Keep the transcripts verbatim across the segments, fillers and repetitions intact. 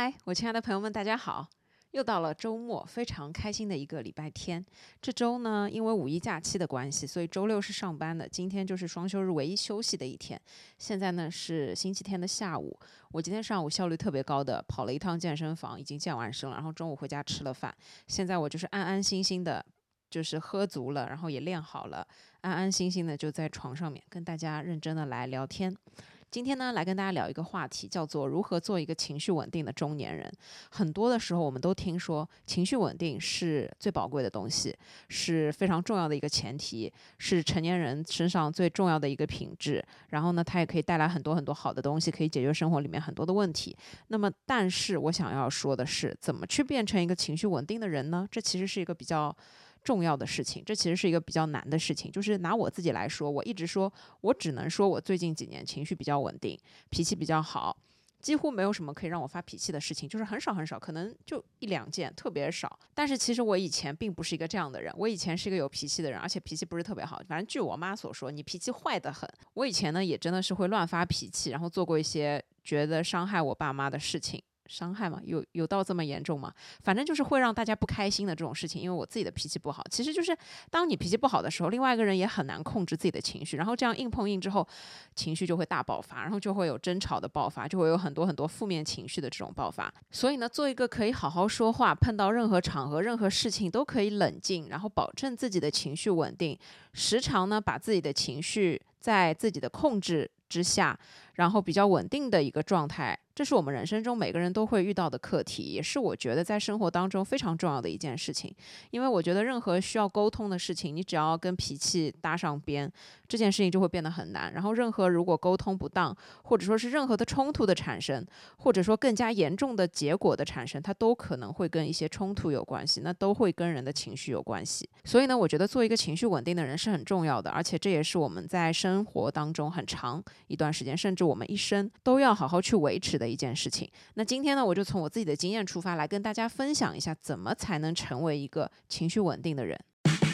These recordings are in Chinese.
嗨，我亲爱的朋友们，大家好！又到了周末，非常开心的一个礼拜天。这周呢，因为五一假期的关系，所以周六是上班的。今天就是双休日唯一休息的一天。现在呢是星期天的下午，我今天上午效率特别高的跑了一趟健身房，已经健完身了。然后中午回家吃了饭，现在我就是安安心心的，就是喝足了，然后也练好了，安安心心的就在床上面跟大家认真的来聊天。今天呢，来跟大家聊一个话题，叫做如何做一个情绪稳定的中年人。很多的时候，我们都听说情绪稳定是最宝贵的东西，是非常重要的一个前提，是成年人身上最重要的一个品质。然后呢，它也可以带来很多很多好的东西，可以解决生活里面很多的问题。那么，但是我想要说的是，怎么去变成一个情绪稳定的人呢？这其实是一个比较重要的事情，这其实是一个比较难的事情。就是拿我自己来说，我一直说我只能说我最近几年情绪比较稳定，脾气比较好，几乎没有什么可以让我发脾气的事情，就是很少很少，可能就一两件，特别少。但是其实我以前并不是一个这样的人，我以前是一个有脾气的人，而且脾气不是特别好。反正据我妈所说，你脾气坏得很。我以前呢也真的是会乱发脾气，然后做过一些觉得伤害我爸妈的事情。伤害吗？有有到这么严重吗？反正就是会让大家不开心的这种事情，因为我自己的脾气不好。其实就是当你脾气不好的时候，另外一个人也很难控制自己的情绪，然后这样硬碰硬之后，情绪就会大爆发，然后就会有争吵的爆发，就会有很多很多负面情绪的这种爆发。所以呢，做一个可以好好说话，碰到任何场合、任何事情都可以冷静，然后保证自己的情绪稳定，时常呢把自己的情绪在自己的控制之下，然后比较稳定的一个状态，这是我们人生中每个人都会遇到的课题，也是我觉得在生活当中非常重要的一件事情。因为我觉得任何需要沟通的事情，你只要跟脾气搭上边，这件事情就会变得很难。然后任何如果沟通不当，或者说是任何的冲突的产生，或者说更加严重的结果的产生，它都可能会跟一些冲突有关系，那都会跟人的情绪有关系。所以呢，我觉得做一个情绪稳定的人是很重要的，而且这也是我们在生活当中很长一段时间，甚至我们一生都要好好去维持的一件事情。那今天呢，我就从我自己的经验出发，来跟大家分享一下，怎么才能成为一个情绪稳定的人。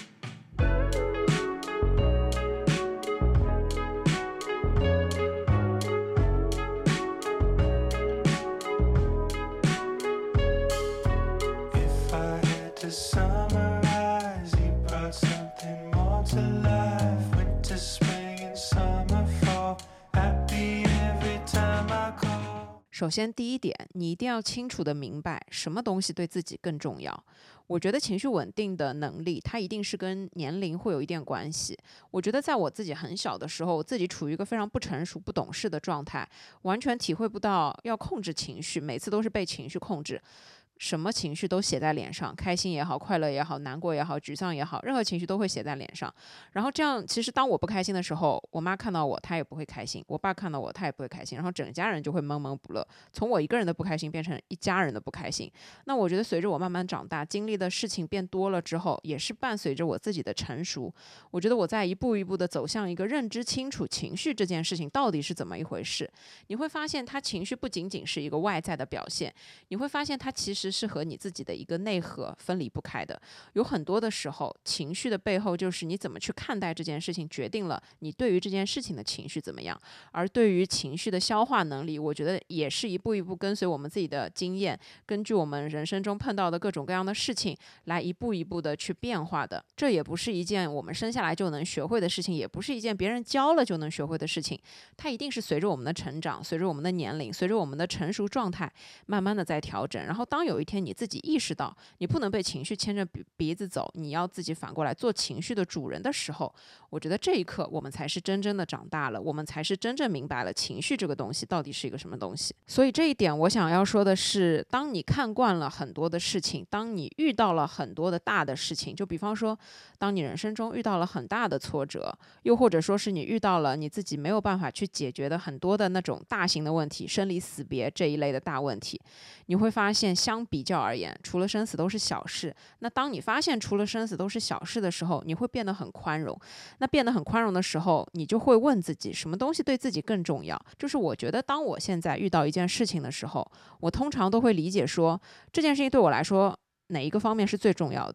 首先第一点，你一定要清楚的明白什么东西对自己更重要。我觉得情绪稳定的能力，它一定是跟年龄会有一点关系。我觉得在我自己很小的时候，我自己处于一个非常不成熟、不懂事的状态，完全体会不到要控制情绪，每次都是被情绪控制。什么情绪都写在脸上，开心也好，快乐也好，难过也好，沮丧也好，任何情绪都会写在脸上。然后这样，其实当我不开心的时候，我妈看到我，她也不会开心；我爸看到我，他也不会开心。然后整家人就会闷闷不乐，从我一个人的不开心变成一家人的不开心。那我觉得随着我慢慢长大，经历的事情变多了之后，也是伴随着我自己的成熟。我觉得我在一步一步的走向一个认知清楚情绪这件事情到底是怎么一回事。你会发现，它情绪不仅仅是一个外在的表现，你会发现它其实是和你自己的一个内核分离不开的。有很多的时候，情绪的背后就是你怎么去看待这件事情，决定了你对于这件事情的情绪怎么样。而对于情绪的消化能力，我觉得也是一步一步跟随我们自己的经验，根据我们人生中碰到的各种各样的事情，来一步一步的去变化的。这也不是一件我们生下来就能学会的事情，也不是一件别人教了就能学会的事情，它一定是随着我们的成长，随着我们的年龄，随着我们的成熟状态，慢慢的在调整。然后当有一天你自己意识到你不能被情绪牵着鼻子走，你要自己反过来做情绪的主人的时候，我觉得这一刻我们才是真正的长大了，我们才是真正明白了情绪这个东西到底是一个什么东西。所以这一点我想要说的是，当你看惯了很多的事情，当你遇到了很多的大的事情，就比方说当你人生中遇到了很大的挫折，又或者说是你遇到了你自己没有办法去解决的很多的那种大型的问题，生离死别这一类的大问题，你会发现相比较而言，除了生死都是小事。那当你发现除了生死都是小事的时候，你会变得很宽容。那变得很宽容的时候，你就会问自己，什么东西对自己更重要？就是我觉得当我现在遇到一件事情的时候，我通常都会理解说，这件事情对我来说哪一个方面是最重要的。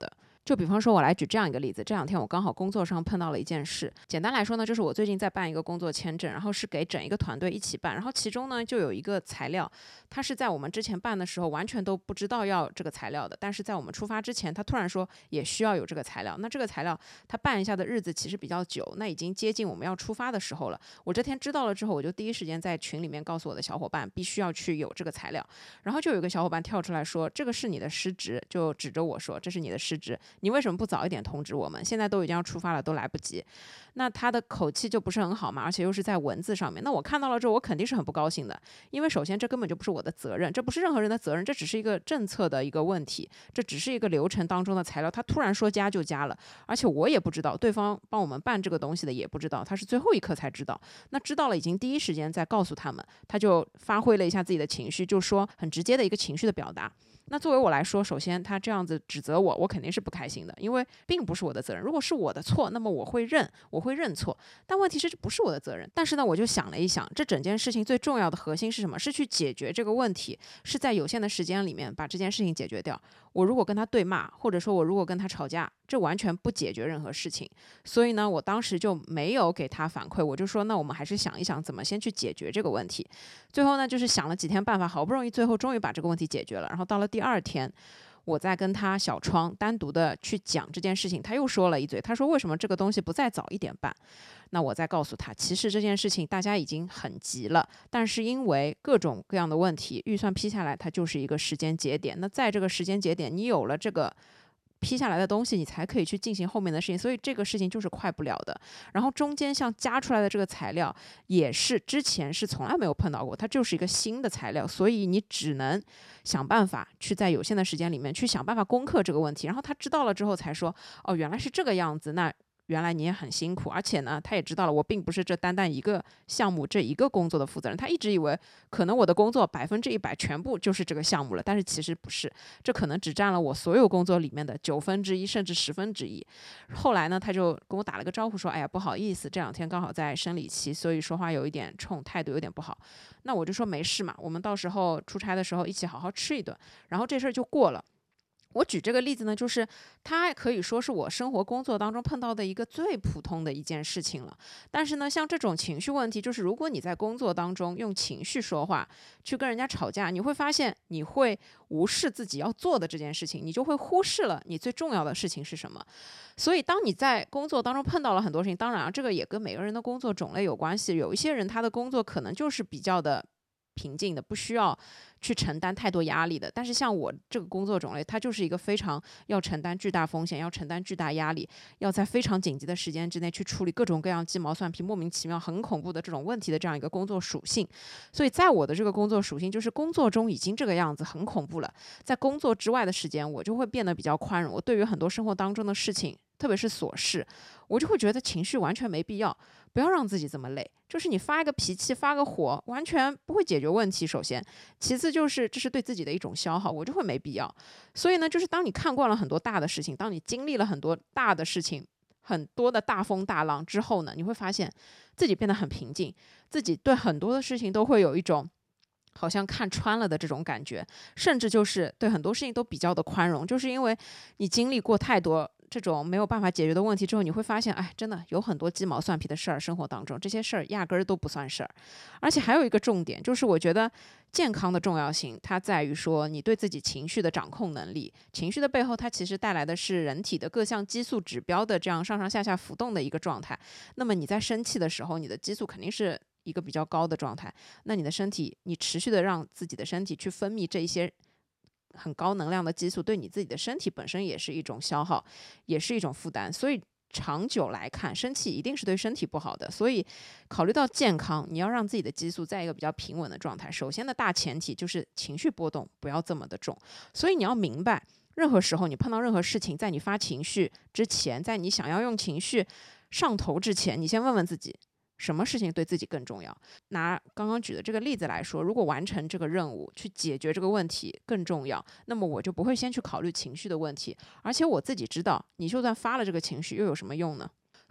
就比方说，我来举这样一个例子，这两天我刚好工作上碰到了一件事。简单来说呢，就是我最近在办一个工作签证，然后是给整一个团队一起办，然后其中呢就有一个材料，它是在我们之前办的时候完全都不知道要这个材料的，但是在我们出发之前，他突然说也需要有这个材料。那这个材料他办一下的日子其实比较久，那已经接近我们要出发的时候了。我这天知道了之后，我就第一时间在群里面告诉我的小伙伴，必须要去有这个材料。然后就有一个小伙伴跳出来说，这个是你的失职，就指着我说这是你的失职，你为什么不早一点通知我们？现在都已经要出发了，都来不及。那他的口气就不是很好嘛，而且又是在文字上面。那我看到了之后，我肯定是很不高兴的，因为首先这根本就不是我的责任，这不是任何人的责任，这只是一个政策的一个问题，这只是一个流程当中的材料。他突然说加就加了，而且我也不知道，对方帮我们办这个东西的也不知道，他是最后一刻才知道。那知道了，已经第一时间在告诉他们，他就发挥了一下自己的情绪，就说很直接的一个情绪的表达。那作为我来说，首先他这样子指责我，我肯定是不开心的，因为并不是我的责任。如果是我的错，那么我会认，我会认错。但问题是这不是我的责任。但是呢，我就想了一想，这整件事情最重要的核心是什么？是去解决这个问题，是在有限的时间里面把这件事情解决掉。我如果跟他对骂，或者说我如果跟他吵架，这完全不解决任何事情。所以呢，我当时就没有给他反馈，我就说那我们还是想一想怎么先去解决这个问题。最后呢，就是想了几天办法，好不容易最后终于把这个问题解决了。然后到了第二天，我在跟他小窗单独的去讲这件事情，他又说了一嘴，他说为什么这个东西不再早一点办？那我再告诉他，其实这件事情大家已经很急了，但是因为各种各样的问题，预算批下来它就是一个时间节点。那在这个时间节点，你有了这个批下来的东西，你才可以去进行后面的事情，所以这个事情就是快不了的。然后中间像加出来的这个材料，也是之前是从来没有碰到过，它就是一个新的材料，所以你只能想办法去在有限的时间里面去想办法攻克这个问题。然后他知道了之后才说，哦，原来是这个样子，那原来你也很辛苦，而且呢，他也知道了我并不是这单单一个项目这一个工作的负责人。他一直以为可能我的工作百分之一百全部就是这个项目了，但是其实不是，这可能只占了我所有工作里面的九分之一甚至十分之一。后来呢，他就跟我打了个招呼说，哎呀，不好意思，这两天刚好在生理期，所以说话有一点冲，态度有点不好。那我就说没事嘛，我们到时候出差的时候一起好好吃一顿，然后这事儿就过了。我举这个例子呢，就是它可以说是我生活工作当中碰到的一个最普通的一件事情了。但是呢，像这种情绪问题，就是如果你在工作当中用情绪说话，去跟人家吵架，你会发现你会无视自己要做的这件事情，你就会忽视了你最重要的事情是什么。所以当你在工作当中碰到了很多事情，当然啊，这个也跟每个人的工作种类有关系，有一些人他的工作可能就是比较的平静的，不需要去承担太多压力的。但是像我这个工作种类，它就是一个非常要承担巨大风险，要承担巨大压力，要在非常紧急的时间之内去处理各种各样鸡毛蒜皮、莫名其妙、很恐怖的这种问题的这样一个工作属性。所以在我的这个工作属性，就是工作中已经这个样子很恐怖了，在工作之外的时间，我就会变得比较宽容。我对于很多生活当中的事情，特别是琐事，我就会觉得情绪完全没必要，不要让自己这么累。就是你发一个脾气发个火完全不会解决问题，首先其次就是这是对自己的一种消耗，我就会没必要。所以呢，就是当你看惯了很多大的事情，当你经历了很多大的事情，很多的大风大浪之后呢，你会发现自己变得很平静，自己对很多的事情都会有一种好像看穿了的这种感觉，甚至就是对很多事情都比较的宽容，就是因为你经历过太多这种没有办法解决的问题之后，你会发现，哎，真的有很多鸡毛蒜皮的事儿，生活当中这些事儿压根儿都不算事儿。而且还有一个重点，就是我觉得健康的重要性，它在于说你对自己情绪的掌控能力。情绪的背后，它其实带来的是人体的各项激素指标的这样上上下下浮动的一个状态。那么你在生气的时候，你的激素肯定是一个比较高的状态，那你的身体，你持续的让自己的身体去分泌这一些很高能量的激素，对你自己的身体本身也是一种消耗，也是一种负担。所以长久来看，生气一定是对身体不好的。所以考虑到健康，你要让自己的激素在一个比较平稳的状态，首先的大前提就是情绪波动不要这么的重。所以你要明白，任何时候你碰到任何事情，在你发情绪之前，在你想要用情绪上头之前，你先问问自己，什么事情对自己更重要？拿刚刚举的这个例子来说，如果完成这个任务，去解决这个问题更重要，那么我就不会先去考虑情绪的问题。而且我自己知道，你就算发了这个情绪，又有什么用呢？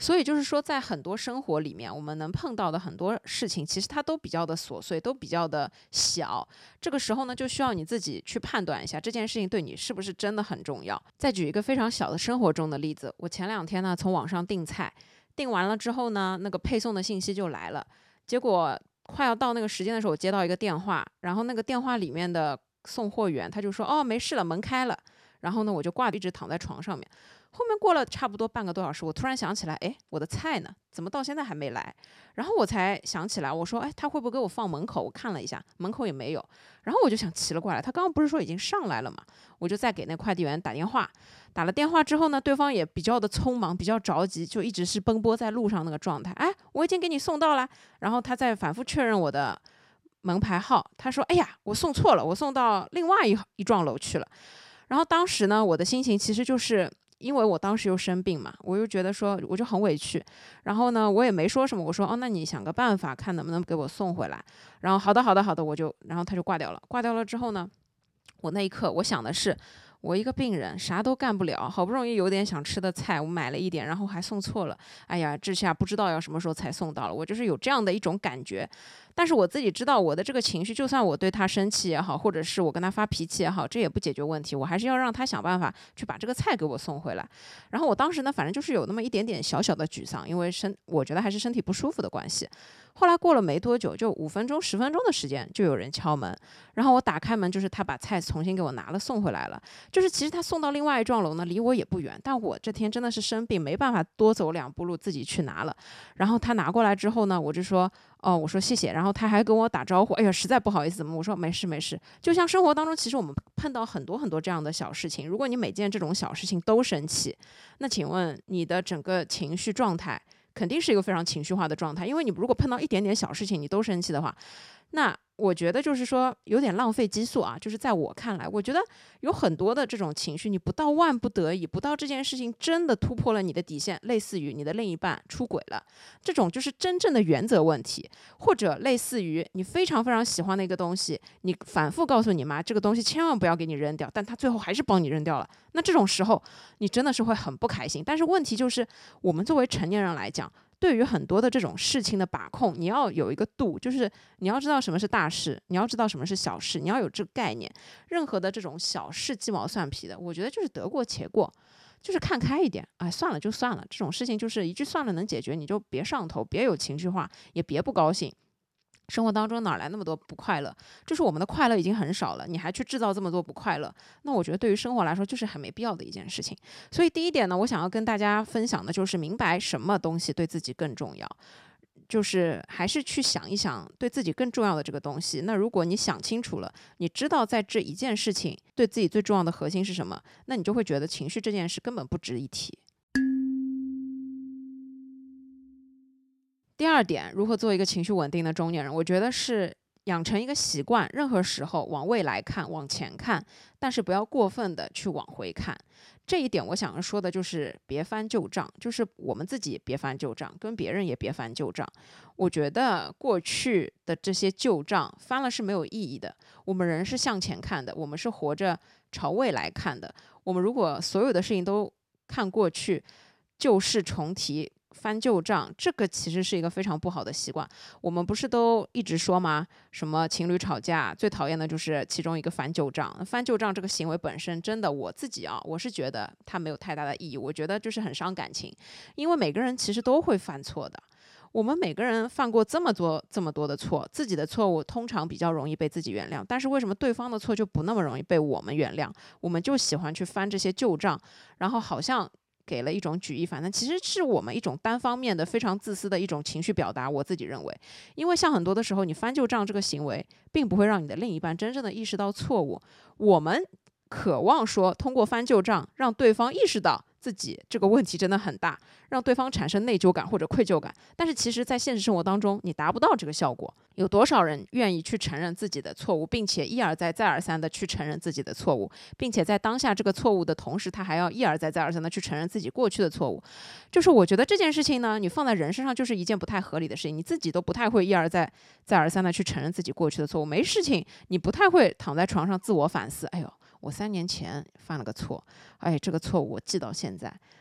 所以就是说，在很多生活里面，我们能碰到的很多事情，其实它都比较的琐碎，都比较的小。这个时候呢，就需要你自己去判断一下这件事情对你是不是真的很重要。再举一个非常小的生活中的例子，我前两天呢从网上订菜，订完了之后呢，那个配送的信息就来了，结果快要到那个时间的时候，我接到一个电话，然后那个电话里面的送货员他就说：“哦，没事了，门开了。”然后呢，我就挂着一直躺在床上面。后面过了差不多半个多小时，我突然想起来，哎，我的菜呢？怎么到现在还没来？然后我才想起来，我说，哎，他会不会给我放门口？我看了一下，门口也没有。然后我就想奇了怪了，他刚刚不是说已经上来了吗？我就再给那快递员打电话。打了电话之后呢，对方也比较的匆忙，比较着急，就一直是奔波在路上那个状态。哎，我已经给你送到了。然后他再反复确认我的门牌号，他说，哎呀，我送错了，我送到另外一一幢楼去了。然后当时呢，我的心情其实就是因为我当时又生病嘛，我又觉得说我就很委屈，然后呢，我也没说什么，我说哦，那你想个办法，看能不能给我送回来。然后好的，好的，好的，我就，然后他就挂掉了。挂掉了之后呢，我那一刻我想的是，我一个病人啥都干不了，好不容易有点想吃的菜，我买了一点，然后还送错了，哎呀，这下不知道要什么时候才送到了，我就是有这样的一种感觉。但是我自己知道我的这个情绪，就算我对他生气也好，或者是我跟他发脾气也好，这也不解决问题，我还是要让他想办法去把这个菜给我送回来。然后我当时呢，反正就是有那么一点点小小的沮丧，因为身我觉得还是身体不舒服的关系。后来过了没多久，就五分钟十分钟的时间，就有人敲门，然后我打开门，就是他把菜重新给我拿了送回来了。就是其实他送到另外一幢楼呢，离我也不远，但我这天真的是生病，没办法多走两步路自己去拿了。然后他拿过来之后呢，我就说哦，我说谢谢，然后他还跟我打招呼，哎呀，实在不好意思，怎么？我说没事没事。就像生活当中，其实我们碰到很多很多这样的小事情，如果你每件这种小事情都生气，那请问你的整个情绪状态肯定是一个非常情绪化的状态，因为你如果碰到一点点小事情你都生气的话，那我觉得就是说有点浪费激素啊，就是在我看来，我觉得有很多的这种情绪，你不到万不得已，不到这件事情真的突破了你的底线，类似于你的另一半出轨了，这种就是真正的原则问题，或者类似于你非常非常喜欢的一个东西，你反复告诉你妈这个东西千万不要给你扔掉，但她最后还是帮你扔掉了，那这种时候你真的是会很不开心。但是问题就是我们作为成年人来讲，对于很多的这种事情的把控，你要有一个度，就是你要知道什么是大事，你要知道什么是小事，你要有这个概念。任何的这种小事鸡毛蒜皮的，我觉得就是得过且过，就是看开一点，哎，算了就算了，这种事情就是一句算了能解决，你就别上头，别有情绪化，也别不高兴。生活当中哪来那么多不快乐？就是我们的快乐已经很少了，你还去制造这么多不快乐，那我觉得对于生活来说就是很没必要的一件事情。所以第一点呢，我想要跟大家分享的就是明白什么东西对自己更重要，就是还是去想一想对自己更重要的这个东西。那如果你想清楚了，你知道在这一件事情对自己最重要的核心是什么，那你就会觉得情绪这件事根本不值一提。第二点，如何做一个情绪稳定的中年人？我觉得是养成一个习惯，任何时候往未来看，往前看，但是不要过分的去往回看。这一点我想要说的就是别翻旧账，就是我们自己别翻旧账，跟别人也别翻旧账。我觉得过去的这些旧账翻了是没有意义的。我们人是向前看的，我们是活着朝未来看的。我们如果所有的事情都看过去，旧事重提，翻旧账，这个其实是一个非常不好的习惯。我们不是都一直说吗？什么情侣吵架最讨厌的就是其中一个翻旧账。翻旧账这个行为本身，真的我自己啊，我是觉得它没有太大的意义。我觉得就是很伤感情，因为每个人其实都会犯错的。我们每个人犯过这么多这么多的错，自己的错误通常比较容易被自己原谅，但是为什么对方的错就不那么容易被我们原谅？我们就喜欢去翻这些旧账，然后好像给了一种举一反三，其实是我们一种单方面的非常自私的一种情绪表达，我自己认为。因为像很多的时候，你翻旧账这个行为并不会让你的另一半真正的意识到错误，我们渴望说通过翻旧账让对方意识到自己这个问题真的很大，让对方产生内疚感或者愧疚感。但是其实在现实生活当中你达不到这个效果。有多少人愿意去承认自己的错误，并且一而再再而三的去承认自己的错误，并且在当下这个错误的同时，他还要一而再再而三的去承认自己过去的错误。就是我觉得这件事情呢，你放在人身上就是一件不太合理的事情。你自己都不太会一而再再而三的去承认自己过去的错误，没事情你不太会躺在床上自我反思，哎呦我三年前犯了个错，哎，这个错误我记到现在，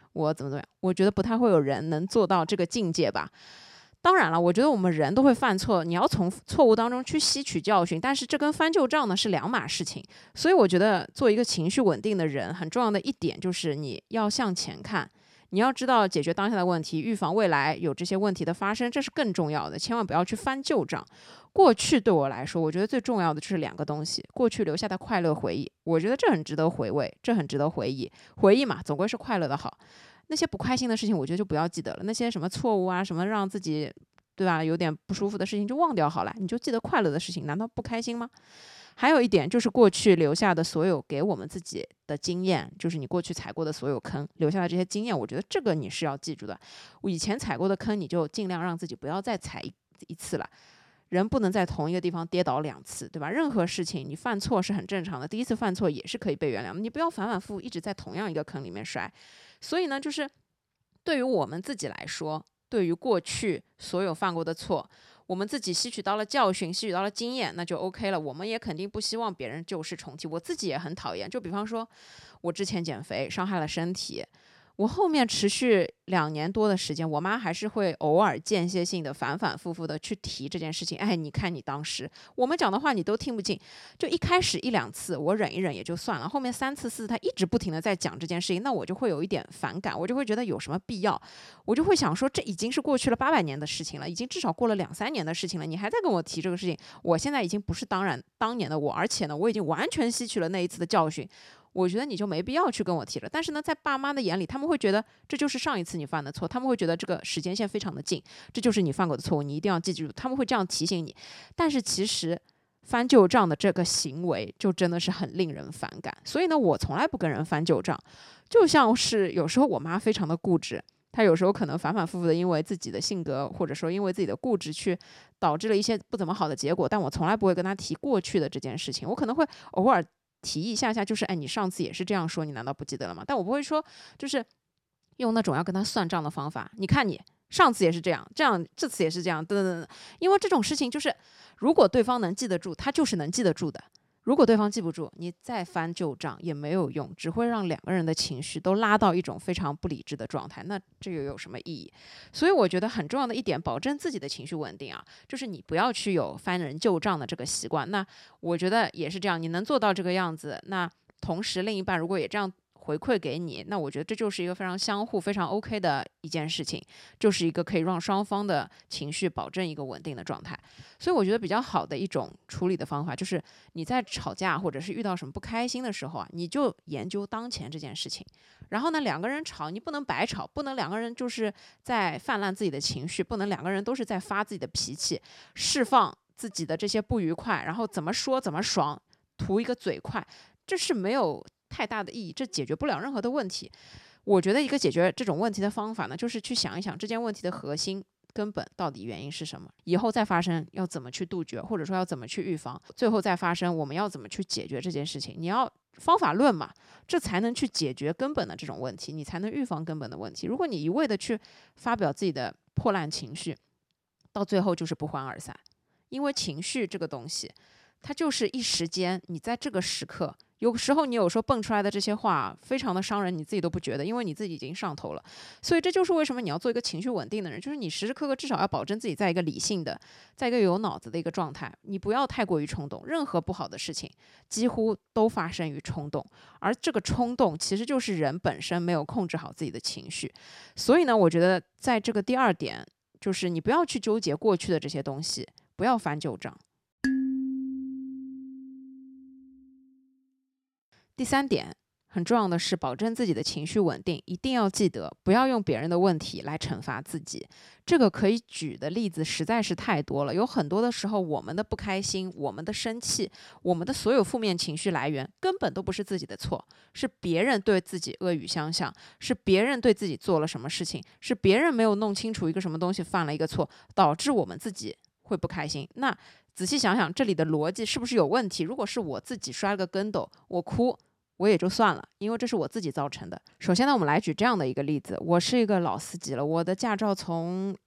我怎么怎么样，我觉得不太会有人能做到这个境界吧。当然了，我觉得我们人都会犯错，你要从错误当中去吸取教训，但是这跟翻旧账呢是两码事情。所以我觉得做一个情绪稳定的人，很重要的一点就是你要向前看，你要知道解决当下的问题，预防未来有这些问题的发生，这是更重要的，千万不要去翻旧账。过去对我来说，我觉得最重要的就是两个东西，过去留下的快乐回忆，我觉得这很值得回味，这很值得回忆，回忆嘛，总归是快乐的好。那些不开心的事情，我觉得就不要记得了。那些什么错误啊，什么让自己，对吧，有点不舒服的事情就忘掉好了，你就记得快乐的事情，难道不开心吗？还有一点就是过去留下的所有给我们自己的经验，就是你过去踩过的所有坑，留下的这些经验，我觉得这个你是要记住的。我以前踩过的坑，你就尽量让自己不要再踩一一次了。人不能在同一个地方跌倒两次，对吧？任何事情你犯错是很正常的，第一次犯错也是可以被原谅的，你不要反反复复一直在同样一个坑里面摔。所以呢，就是对于我们自己来说，对于过去所有犯过的错，我们自己吸取到了教训，吸取到了经验，那就 OK 了。我们也肯定不希望别人旧事重提，我自己也很讨厌。就比方说，我之前减肥伤害了身体，我后面持续两年多的时间，我妈还是会偶尔间歇性的反反复复的去提这件事情。哎，你看你当时我们讲的话你都听不进，就一开始一两次我忍一忍也就算了，后面三次四次她一直不停的在讲这件事情，那我就会有一点反感，我就会觉得有什么必要，我就会想说这已经是过去了八百年的事情了，已经至少过了两三年的事情了，你还在跟我提这个事情，我现在已经不是当然当年的我，而且呢我已经完全吸取了那一次的教训，我觉得你就没必要去跟我提了。但是呢，在爸妈的眼里，他们会觉得这就是上一次你犯的错，他们会觉得这个时间线非常的近，这就是你犯过的错误，你一定要记住，他们会这样提醒你。但是其实翻旧账的这个行为就真的是很令人反感，所以呢，我从来不跟人翻旧账。就像是有时候我妈非常的固执，她有时候可能反反复复的因为自己的性格，或者说因为自己的固执去导致了一些不怎么好的结果，但我从来不会跟她提过去的这件事情，我可能会偶尔提一下下，就是哎，你上次也是这样说，你难道不记得了吗？但我不会说，就是用那种要跟他算账的方法。你看你上次也是这样，这样这次也是这样，等等等。因为这种事情就是，如果对方能记得住，他就是能记得住的。如果对方记不住，你再翻旧账也没有用，只会让两个人的情绪都拉到一种非常不理智的状态，那这又有什么意义？所以我觉得很重要的一点，保证自己的情绪稳定啊，就是你不要去有翻人旧账的这个习惯。那我觉得也是这样，你能做到这个样子，那同时另一半如果也这样回馈给你，那我觉得这就是一个非常相互、非常 OK 的一件事情，就是一个可以让双方的情绪保证一个稳定的状态。所以我觉得比较好的一种处理的方法，就是你在吵架或者是遇到什么不开心的时候啊，你就研究当前这件事情。然后呢，两个人吵，你不能白吵，不能两个人就是在泛滥自己的情绪，不能两个人都是在发自己的脾气，释放自己的这些不愉快，然后怎么说怎么爽，图一个嘴快，这是没有太大的意义，这解决不了任何的问题。我觉得一个解决这种问题的方法呢，就是去想一想这件问题的核心根本到底原因是什么，以后再发生要怎么去杜绝，或者说要怎么去预防，最后再发生我们要怎么去解决这件事情。你要方法论嘛，这才能去解决根本的这种问题，你才能预防根本的问题。如果你一味的去发表自己的破烂情绪，到最后就是不欢而散。因为情绪这个东西，它就是一时间，你在这个时刻，有时候你有时候蹦出来的这些话非常的伤人，你自己都不觉得，因为你自己已经上头了。所以这就是为什么你要做一个情绪稳定的人，就是你时时刻刻至少要保证自己在一个理性的，在一个有脑子的一个状态，你不要太过于冲动。任何不好的事情几乎都发生于冲动，而这个冲动其实就是人本身没有控制好自己的情绪。所以呢，我觉得在这个第二点，就是你不要去纠结过去的这些东西，不要翻旧账。第三点，很重要的是保证自己的情绪稳定，一定要记得不要用别人的问题来惩罚自己。这个可以举的例子实在是太多了，有很多的时候我们的不开心，我们的生气，我们的所有负面情绪来源根本都不是自己的错，是别人对自己恶语相向，是别人对自己做了什么事情，是别人没有弄清楚一个什么东西犯了一个错，导致我们自己会不开心。那仔细想想这里的逻辑是不是有问题？如果是我自己摔了个跟斗，我哭我也就算了，因为这是我自己造成的。首先呢，我们来举这样的一个例子，我是一个老司机了，我的驾照从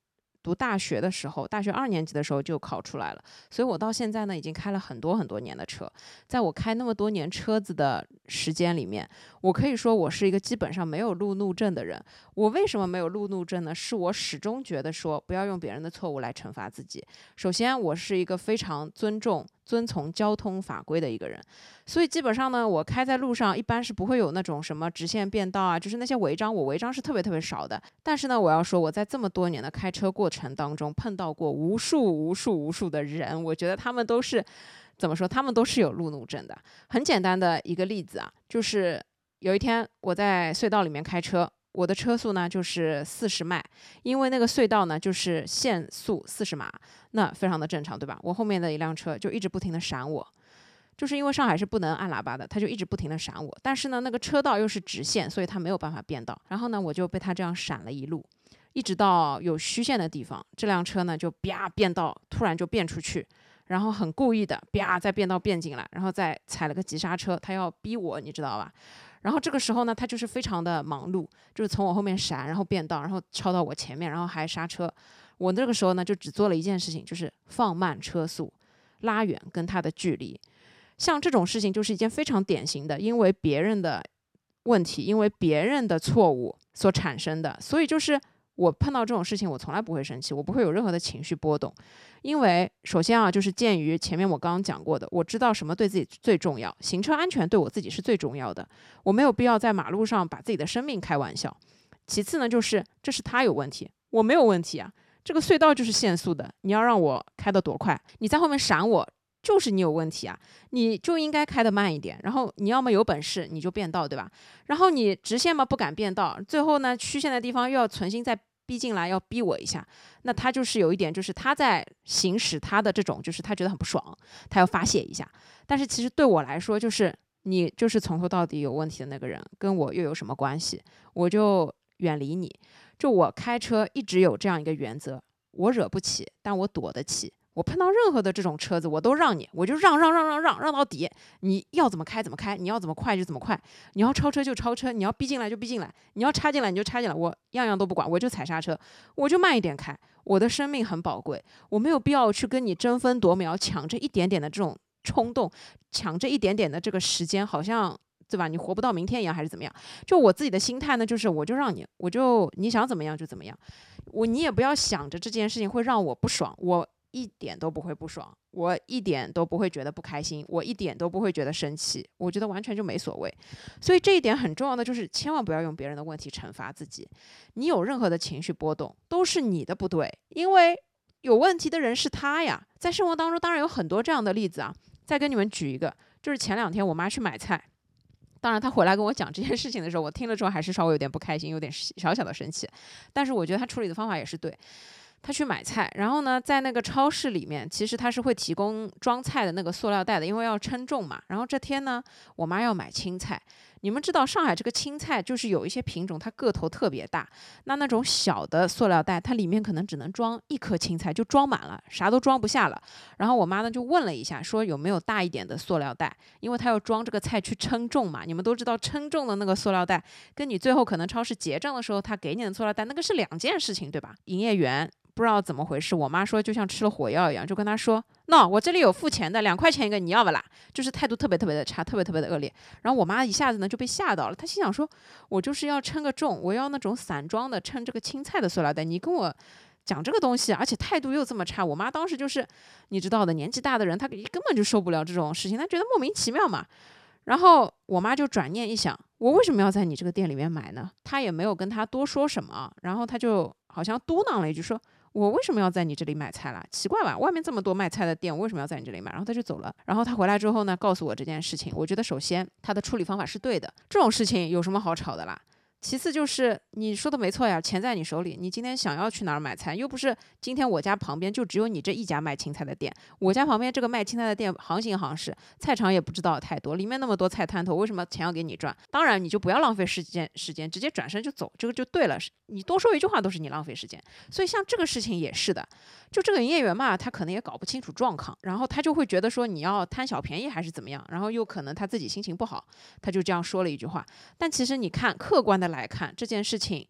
读大学的时候，大学二年级的时候就考出来了，所以我到现在呢已经开了很多很多年的车。在我开那么多年车子的时间里面，我可以说我是一个基本上没有路怒症的人。我为什么没有路怒症呢？是我始终觉得说不要用别人的错误来惩罚自己。首先，我是一个非常尊重遵从交通法规的一个人，所以基本上呢，我开在路上一般是不会有那种什么直线变道啊，就是那些违章，我违章是特别特别少的。但是呢，我要说我在这么多年的开车过程当中碰到过无数无数无数的人，我觉得他们都是怎么说，他们都是有路怒症的。很简单的一个例子啊，就是有一天我在隧道里面开车，我的车速呢就是四十迈，因为那个隧道呢就是限速四十码，那非常的正常，对吧？我后面的一辆车就一直不停的闪我，就是因为上海是不能按喇叭的，他就一直不停的闪我，但是呢那个车道又是直线，所以他没有办法变道，然后呢我就被他这样闪了一路，一直到有虚线的地方，这辆车呢就啪变道，突然就变出去，然后很故意的啪再变道变进来，然后再踩了个急刹车，他要逼我，你知道吧？然后这个时候呢，他就是非常的忙碌，就是从我后面闪，然后变道，然后超到我前面，然后还刹车。我那个时候呢，就只做了一件事情，就是放慢车速，拉远跟他的距离。像这种事情就是一件非常典型的，因为别人的问题，因为别人的错误所产生的，所以就是我碰到这种事情，我从来不会生气，我不会有任何的情绪波动，因为首先啊，就是鉴于前面我刚刚讲过的，我知道什么对自己最重要，行车安全对我自己是最重要的，我没有必要在马路上把自己的生命开玩笑。其次呢，就是这是他有问题，我没有问题啊，这个隧道就是限速的，你要让我开得多快，你在后面闪我，就是你有问题啊，你就应该开得慢一点，然后你要么有本事你就变道，对吧？然后你直线嘛不敢变道，最后呢虚线的地方又要存心再逼进来，要逼我一下，那他就是有一点，就是他在行使他的这种，就是他觉得很不爽，他要发泄一下。但是其实对我来说，就是你就是从头到底有问题的那个人，跟我又有什么关系？我就远离你。就我开车一直有这样一个原则，我惹不起，但我躲得起。我碰到任何的这种车子，我都让你，我就让让让让让让到底。你要怎么开怎么开，你要怎么快就怎么快，你要超车就超车，你要逼进来就逼进来，你要插进来你就插进来，我样样都不管，我就踩刹车，我就慢一点开。我的生命很宝贵，我没有必要去跟你争分夺秒，抢这一点点的这种冲动，抢这一点点的这个时间，好像对吧？你活不到明天一样，还是怎么样？就我自己的心态呢，就是我就让你，我就你想怎么样就怎么样，我你也不要想着这件事情会让我不爽，我一点都不会不爽，我一点都不会觉得不开心，我一点都不会觉得生气，我觉得完全就没所谓。所以这一点很重要的就是，千万不要用别人的问题惩罚自己。你有任何的情绪波动，都是你的不对，因为有问题的人是他呀。在生活当中，当然有很多这样的例子啊。再跟你们举一个，就是前两天我妈去买菜。当然，她回来跟我讲这件事情的时候，我听了之后还是稍微有点不开心，有点小小的生气。但是我觉得她处理的方法也是对。她去买菜，然后呢，在那个超市里面，其实她是会提供装菜的那个塑料袋的，因为要称重嘛。然后这天呢，我妈要买青菜。你们知道上海这个青菜就是有一些品种，它个头特别大，那那种小的塑料袋，它里面可能只能装一颗青菜，就装满了，啥都装不下了。然后我妈呢就问了一下，说有没有大一点的塑料袋，因为她要装这个菜去称重嘛。你们都知道称重的那个塑料袋，跟你最后可能超市结账的时候他给你的塑料袋，那个是两件事情，对吧？营业员不知道怎么回事，我妈说就像吃了火药一样，就跟他说 no 我这里有付钱的，两块钱一个，你要不啦？就是态度特别特别的差，特别特别的恶劣。然后我妈一下子呢就被吓到了，她心想说我就是要称个重，我要那种散装的称这个青菜的塑料袋，你跟我讲这个东西，而且态度又这么差。我妈当时就是你知道的，年纪大的人她根本就受不了这种事情，她觉得莫名其妙嘛。然后我妈就转念一想，我为什么要在你这个店里面买呢？她也没有跟她多说什么，然后她就好像嘟囔了一句说，我为什么要在你这里买菜啦？奇怪吧，外面这么多卖菜的店，我为什么要在你这里买？然后他就走了。然后他回来之后呢，告诉我这件事情。我觉得首先他的处理方法是对的，这种事情有什么好吵的啦？其次就是你说的没错呀，钱在你手里，你今天想要去哪儿买菜，又不是今天我家旁边就只有你这一家卖青菜的店，我家旁边这个卖青菜的店行行行市，菜场也不知道太多，里面那么多菜摊头，为什么钱要给你赚？当然你就不要浪费时间，时间直接转身就走，这个就对了。你多说一句话都是你浪费时间。所以像这个事情也是的，就这个营业员嘛，他可能也搞不清楚状况，然后他就会觉得说你要贪小便宜还是怎么样，然后又可能他自己心情不好，他就这样说了一句话。但其实你看客观的来看，这件事情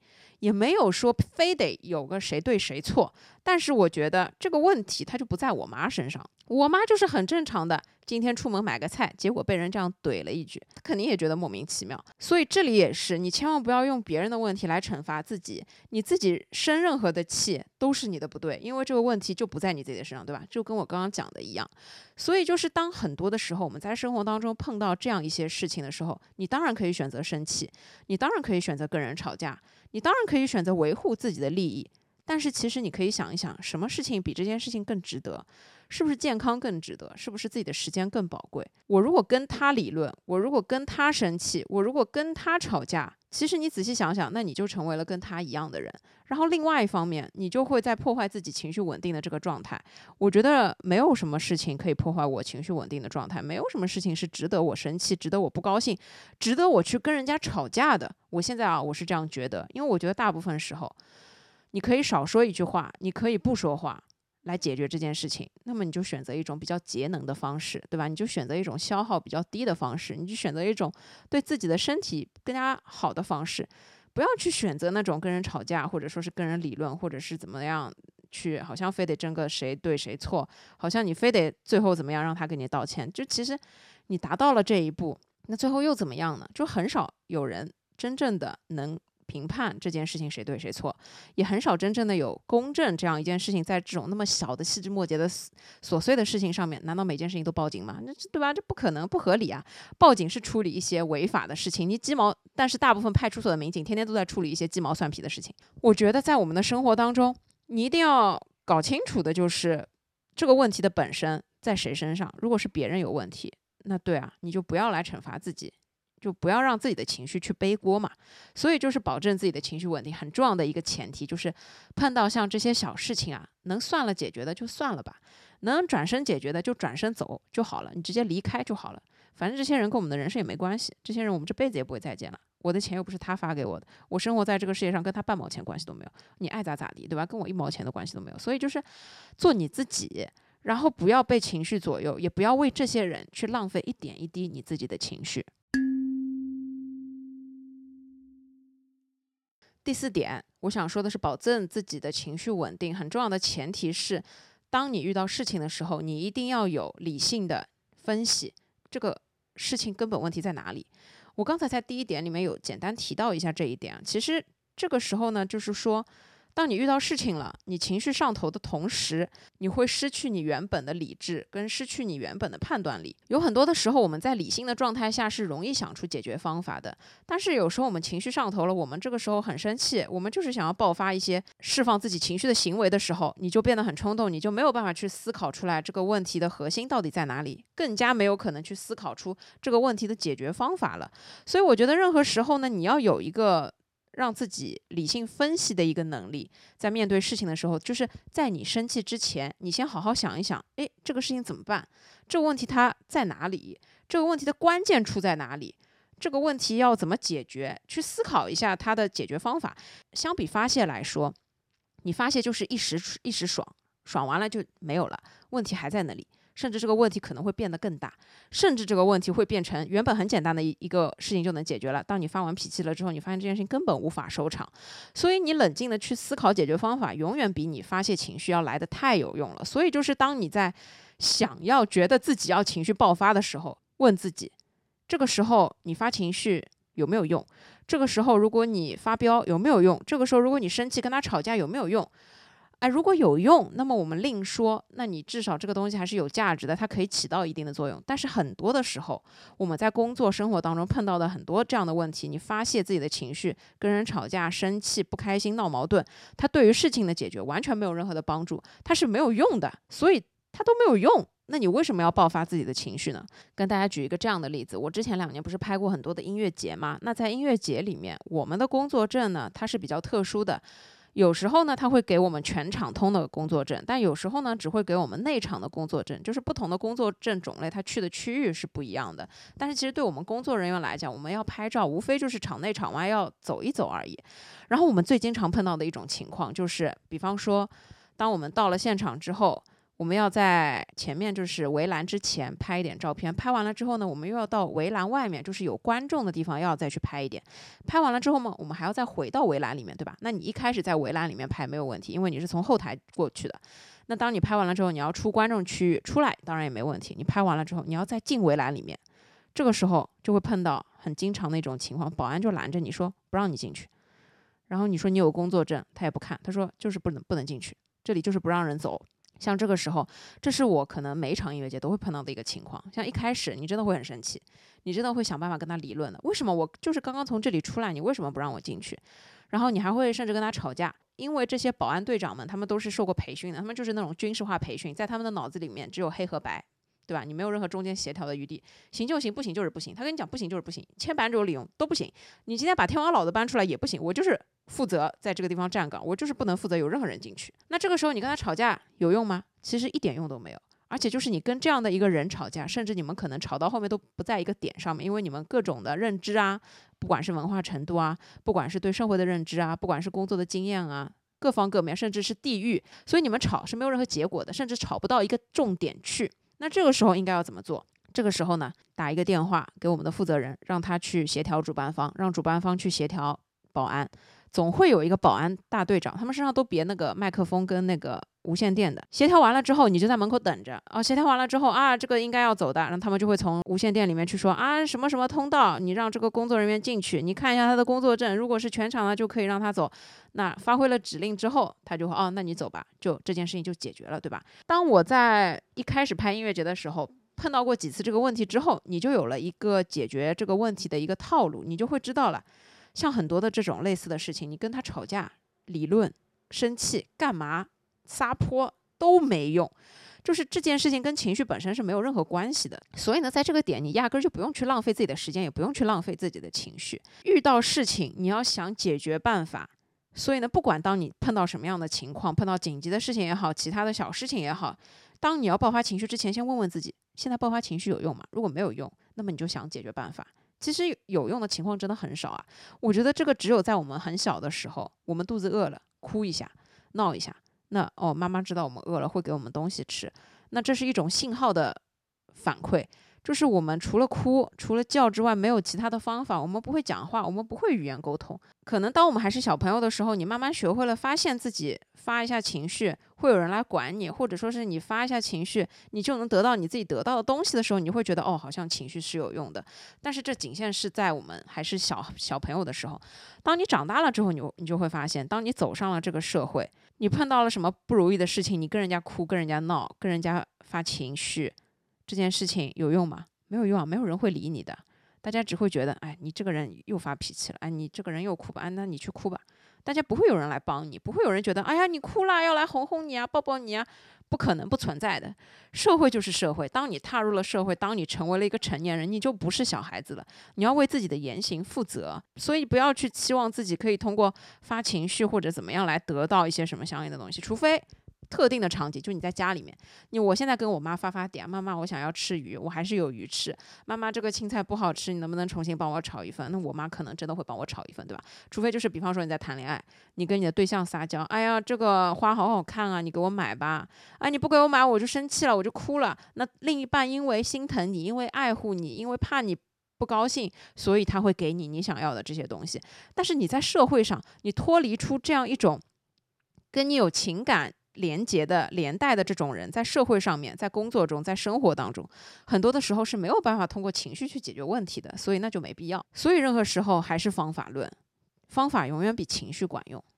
也没有说非得有个谁对谁错。但是我觉得这个问题它就不在我妈身上，我妈就是很正常的，今天出门买个菜，结果被人这样怼了一句，她肯定也觉得莫名其妙。所以这里也是，你千万不要用别人的问题来惩罚自己，你自己生任何的气都是你的不对，因为这个问题就不在你自己的身上，对吧？就跟我刚刚讲的一样。所以就是当很多的时候我们在生活当中碰到这样一些事情的时候，你当然可以选择生气，你当然可以选择跟人吵架，你当然可以选择维护自己的利益，但是其实你可以想一想，什么事情比这件事情更值得？是不是健康更值得？是不是自己的时间更宝贵？我如果跟他理论，我如果跟他生气，我如果跟他吵架，其实你仔细想想，那你就成为了跟他一样的人。然后另外一方面，你就会在破坏自己情绪稳定的这个状态。我觉得没有什么事情可以破坏我情绪稳定的状态，没有什么事情是值得我生气、值得我不高兴、值得我去跟人家吵架的。我现在啊，我是这样觉得，因为我觉得大部分时候，你可以少说一句话，你可以不说话来解决这件事情，那么你就选择一种比较节能的方式，对吧？你就选择一种消耗比较低的方式，你就选择一种对自己的身体更加好的方式，不要去选择那种跟人吵架，或者说是跟人理论，或者是怎么样去，好像非得争个谁对谁错，好像你非得最后怎么样让他给你道歉，就其实你达到了这一步，那最后又怎么样呢？就很少有人真正的能评判这件事情谁对谁错，也很少真正的有公正这样一件事情，在这种那么小的细枝末节的琐碎的事情上面，难道每件事情都报警吗？那对吧？这不可能，不合理啊！报警是处理一些违法的事情，你鸡毛，但是大部分派出所的民警天天都在处理一些鸡毛蒜皮的事情。我觉得在我们的生活当中，你一定要搞清楚的就是这个问题的本身在谁身上。如果是别人有问题，那对啊，你就不要来惩罚自己。就不要让自己的情绪去背锅嘛，所以就是保证自己的情绪稳定，很重要的一个前提就是碰到像这些小事情啊，能算了解决的就算了吧，能转身解决的就转身走就好了，你直接离开就好了。反正这些人跟我们的人生也没关系，这些人我们这辈子也不会再见了。我的钱又不是他发给我的，我生活在这个世界上跟他半毛钱关系都没有，你爱咋咋地，对吧？跟我一毛钱的关系都没有。所以就是做你自己，然后不要被情绪左右，也不要为这些人去浪费一点一滴你自己的情绪。第四点，我想说的是保证自己的情绪稳定，很重要的前提是，当你遇到事情的时候，你一定要有理性的分析，这个事情根本问题在哪里。我刚才在第一点里面有简单提到一下这一点，其实这个时候呢，就是说当你遇到事情了，你情绪上头的同时，你会失去你原本的理智，跟失去你原本的判断力。有很多的时候，我们在理性的状态下是容易想出解决方法的，但是有时候我们情绪上头了，我们这个时候很生气，我们就是想要爆发一些释放自己情绪的行为的时候，你就变得很冲动，你就没有办法去思考出来这个问题的核心到底在哪里，更加没有可能去思考出这个问题的解决方法了。所以我觉得任何时候呢，你要有一个让自己理性分析的一个能力，在面对事情的时候，就是在你生气之前，你先好好想一想，诶，这个事情怎么办？这个问题它在哪里？这个问题的关键出在哪里？这个问题要怎么解决？去思考一下它的解决方法。相比发泄来说，你发泄就是一时一时爽，爽完了就没有了，问题还在那里。甚至这个问题可能会变得更大，甚至这个问题会变成原本很简单的一一个事情就能解决了。当你发完脾气了之后，你发现这件事情根本无法收场，所以你冷静的去思考解决方法，永远比你发泄情绪要来得太有用了。所以就是当你在想要觉得自己要情绪爆发的时候，问自己，这个时候你发情绪有没有用？这个时候如果你发飙有没有用？这个时候如果你生气跟他吵架有没有用？哎，如果有用，那么我们另说，那你至少这个东西还是有价值的，它可以起到一定的作用。但是很多的时候，我们在工作生活当中碰到的很多这样的问题，你发泄自己的情绪，跟人吵架、生气、不开心、闹矛盾，它对于事情的解决完全没有任何的帮助，它是没有用的，所以它都没有用。那你为什么要爆发自己的情绪呢？跟大家举一个这样的例子，我之前两年不是拍过很多的音乐节吗？那在音乐节里面，我们的工作证呢，它是比较特殊的。有时候呢，他会给我们全场通的工作证，但有时候呢，只会给我们内场的工作证，就是不同的工作证种类，它去的区域是不一样的。但是其实对我们工作人员来讲，我们要拍照，无非就是场内场外要走一走而已。然后我们最经常碰到的一种情况就是，比方说，当我们到了现场之后，我我们要在前面就是围栏之前拍一点照片，拍完了之后呢，我们又要到围栏外面，就是有观众的地方要再去拍一点。拍完了之后嘛，我们还要再回到围栏里面，对吧？那你一开始在围栏里面拍没有问题，因为你是从后台过去的。那当你拍完了之后，你要出观众区域出来，当然也没问题。你拍完了之后，你要再进围栏里面，这个时候就会碰到很经常的一种情况，保安就拦着你说不让你进去，然后你说你有工作证，他也不看，他说就是不能不能进去，这里就是不让人走。像这个时候，这是我可能每一场音乐节都会碰到的一个情况。像一开始你真的会很生气，你真的会想办法跟他理论的，为什么我就是刚刚从这里出来，你为什么不让我进去？然后你还会甚至跟他吵架，因为这些保安队长们他们都是受过培训的，他们就是那种军事化培训，在他们的脑子里面只有黑和白，对吧？你没有任何中间协调的余地，行就行，不行就是不行。他跟你讲不行就是不行，千百种理由都不行。你今天把天王老子搬出来也不行，我就是负责在这个地方站岗，我就是不能负责有任何人进去。那这个时候你跟他吵架有用吗？其实一点用都没有。而且就是你跟这样的一个人吵架，甚至你们可能吵到后面都不在一个点上面，因为你们各种的认知啊，不管是文化程度啊，不管是对社会的认知啊，不管是工作的经验啊，各方各面，甚至是地域，所以你们吵是没有任何结果的，甚至吵不到一个重点去。那这个时候应该要怎么做？这个时候呢，打一个电话给我们的负责人，让他去协调主办方，让主办方去协调保安。总会有一个保安大队长，他们身上都别那个麦克风跟那个无线电的。协调完了之后，你就在门口等着啊。协调完了之后啊，这个应该要走的，然后他们就会从无线电里面去说啊，什么什么通道，你让这个工作人员进去，你看一下他的工作证，如果是全场的就可以让他走。那发挥了指令之后，他就会哦，那你走吧，就这件事情就解决了，对吧？当我在一开始拍音乐节的时候，碰到过几次这个问题之后，你就有了一个解决这个问题的一个套路，你就会知道了。像很多的这种类似的事情，你跟他吵架、理论、生气、干嘛、撒泼都没用，就是这件事情跟情绪本身是没有任何关系的。所以呢，在这个点，你压根儿就不用去浪费自己的时间，也不用去浪费自己的情绪。遇到事情，你要想解决办法。所以呢，不管当你碰到什么样的情况，碰到紧急的事情也好，其他的小事情也好，当你要爆发情绪之前，先问问自己，现在爆发情绪有用吗？如果没有用，那么你就想解决办法。其实有用的情况真的很少啊，我觉得这个只有在我们很小的时候，我们肚子饿了，哭一下，闹一下，那哦，妈妈知道我们饿了，会给我们东西吃，那这是一种信号的反馈。就是我们除了哭除了叫之外没有其他的方法，我们不会讲话，我们不会语言沟通。可能当我们还是小朋友的时候，你慢慢学会了发现自己发一下情绪会有人来管你，或者说是你发一下情绪你就能得到你自己得到的东西的时候，你会觉得哦，好像情绪是有用的。但是这仅限是在我们还是小小朋友的时候。当你长大了之后，你你就会发现，当你走上了这个社会，你碰到了什么不如意的事情，你跟人家哭跟人家闹跟人家发情绪，这件事情有用吗？没有用啊，没有人会理你的。大家只会觉得，哎，你这个人又发脾气了，哎，你这个人又哭吧，哎，那你去哭吧。大家不会有人来帮你，不会有人觉得，哎呀，你哭了要来哄哄你啊，抱抱你啊，不可能，不存在的。社会就是社会，当你踏入了社会，当你成为了一个成年人，你就不是小孩子了，你要为自己的言行负责。所以不要去期望自己可以通过发情绪或者怎么样来得到一些什么相应的东西，除非特定的场景，就你在家里面，你我现在跟我妈发发嗲，妈妈我想要吃鱼，我还是有鱼吃，妈妈这个青菜不好吃，你能不能重新帮我炒一份？那我妈可能真的会帮我炒一份，对吧？除非就是比方说你在谈恋爱，你跟你的对象撒娇，哎呀这个花好好看啊，你给我买吧，哎你不给我买我就生气了，我就哭了。那另一半因为心疼你，因为爱护你，因为怕你不高兴，所以他会给你你想要的这些东西。但是你在社会上，你脱离出这样一种跟你有情感连结的连带的这种人，在社会上面，在工作中，在生活当中，很多的时候是没有办法通过情绪去解决问题的，所以那就没必要。所以任何时候还是方法论，方法永远比情绪管用。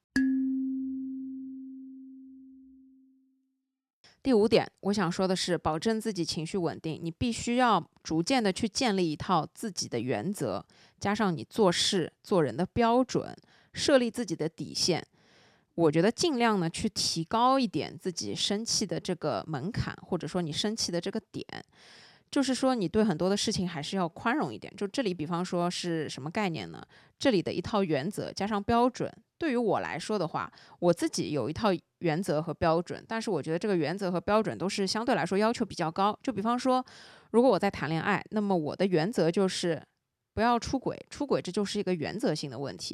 第五点，我想说的是，保证自己情绪稳定，你必须要逐渐的去建立一套自己的原则，加上你做事做人的标准，设立自己的底线。我觉得尽量呢去提高一点自己生气的这个门槛，或者说你生气的这个点，就是说你对很多的事情还是要宽容一点。就这里比方说是什么概念呢？这里的一套原则加上标准，对于我来说的话，我自己有一套原则和标准，但是我觉得这个原则和标准都是相对来说要求比较高。就比方说如果我在谈恋爱，那么我的原则就是不要出轨，出轨这就是一个原则性的问题。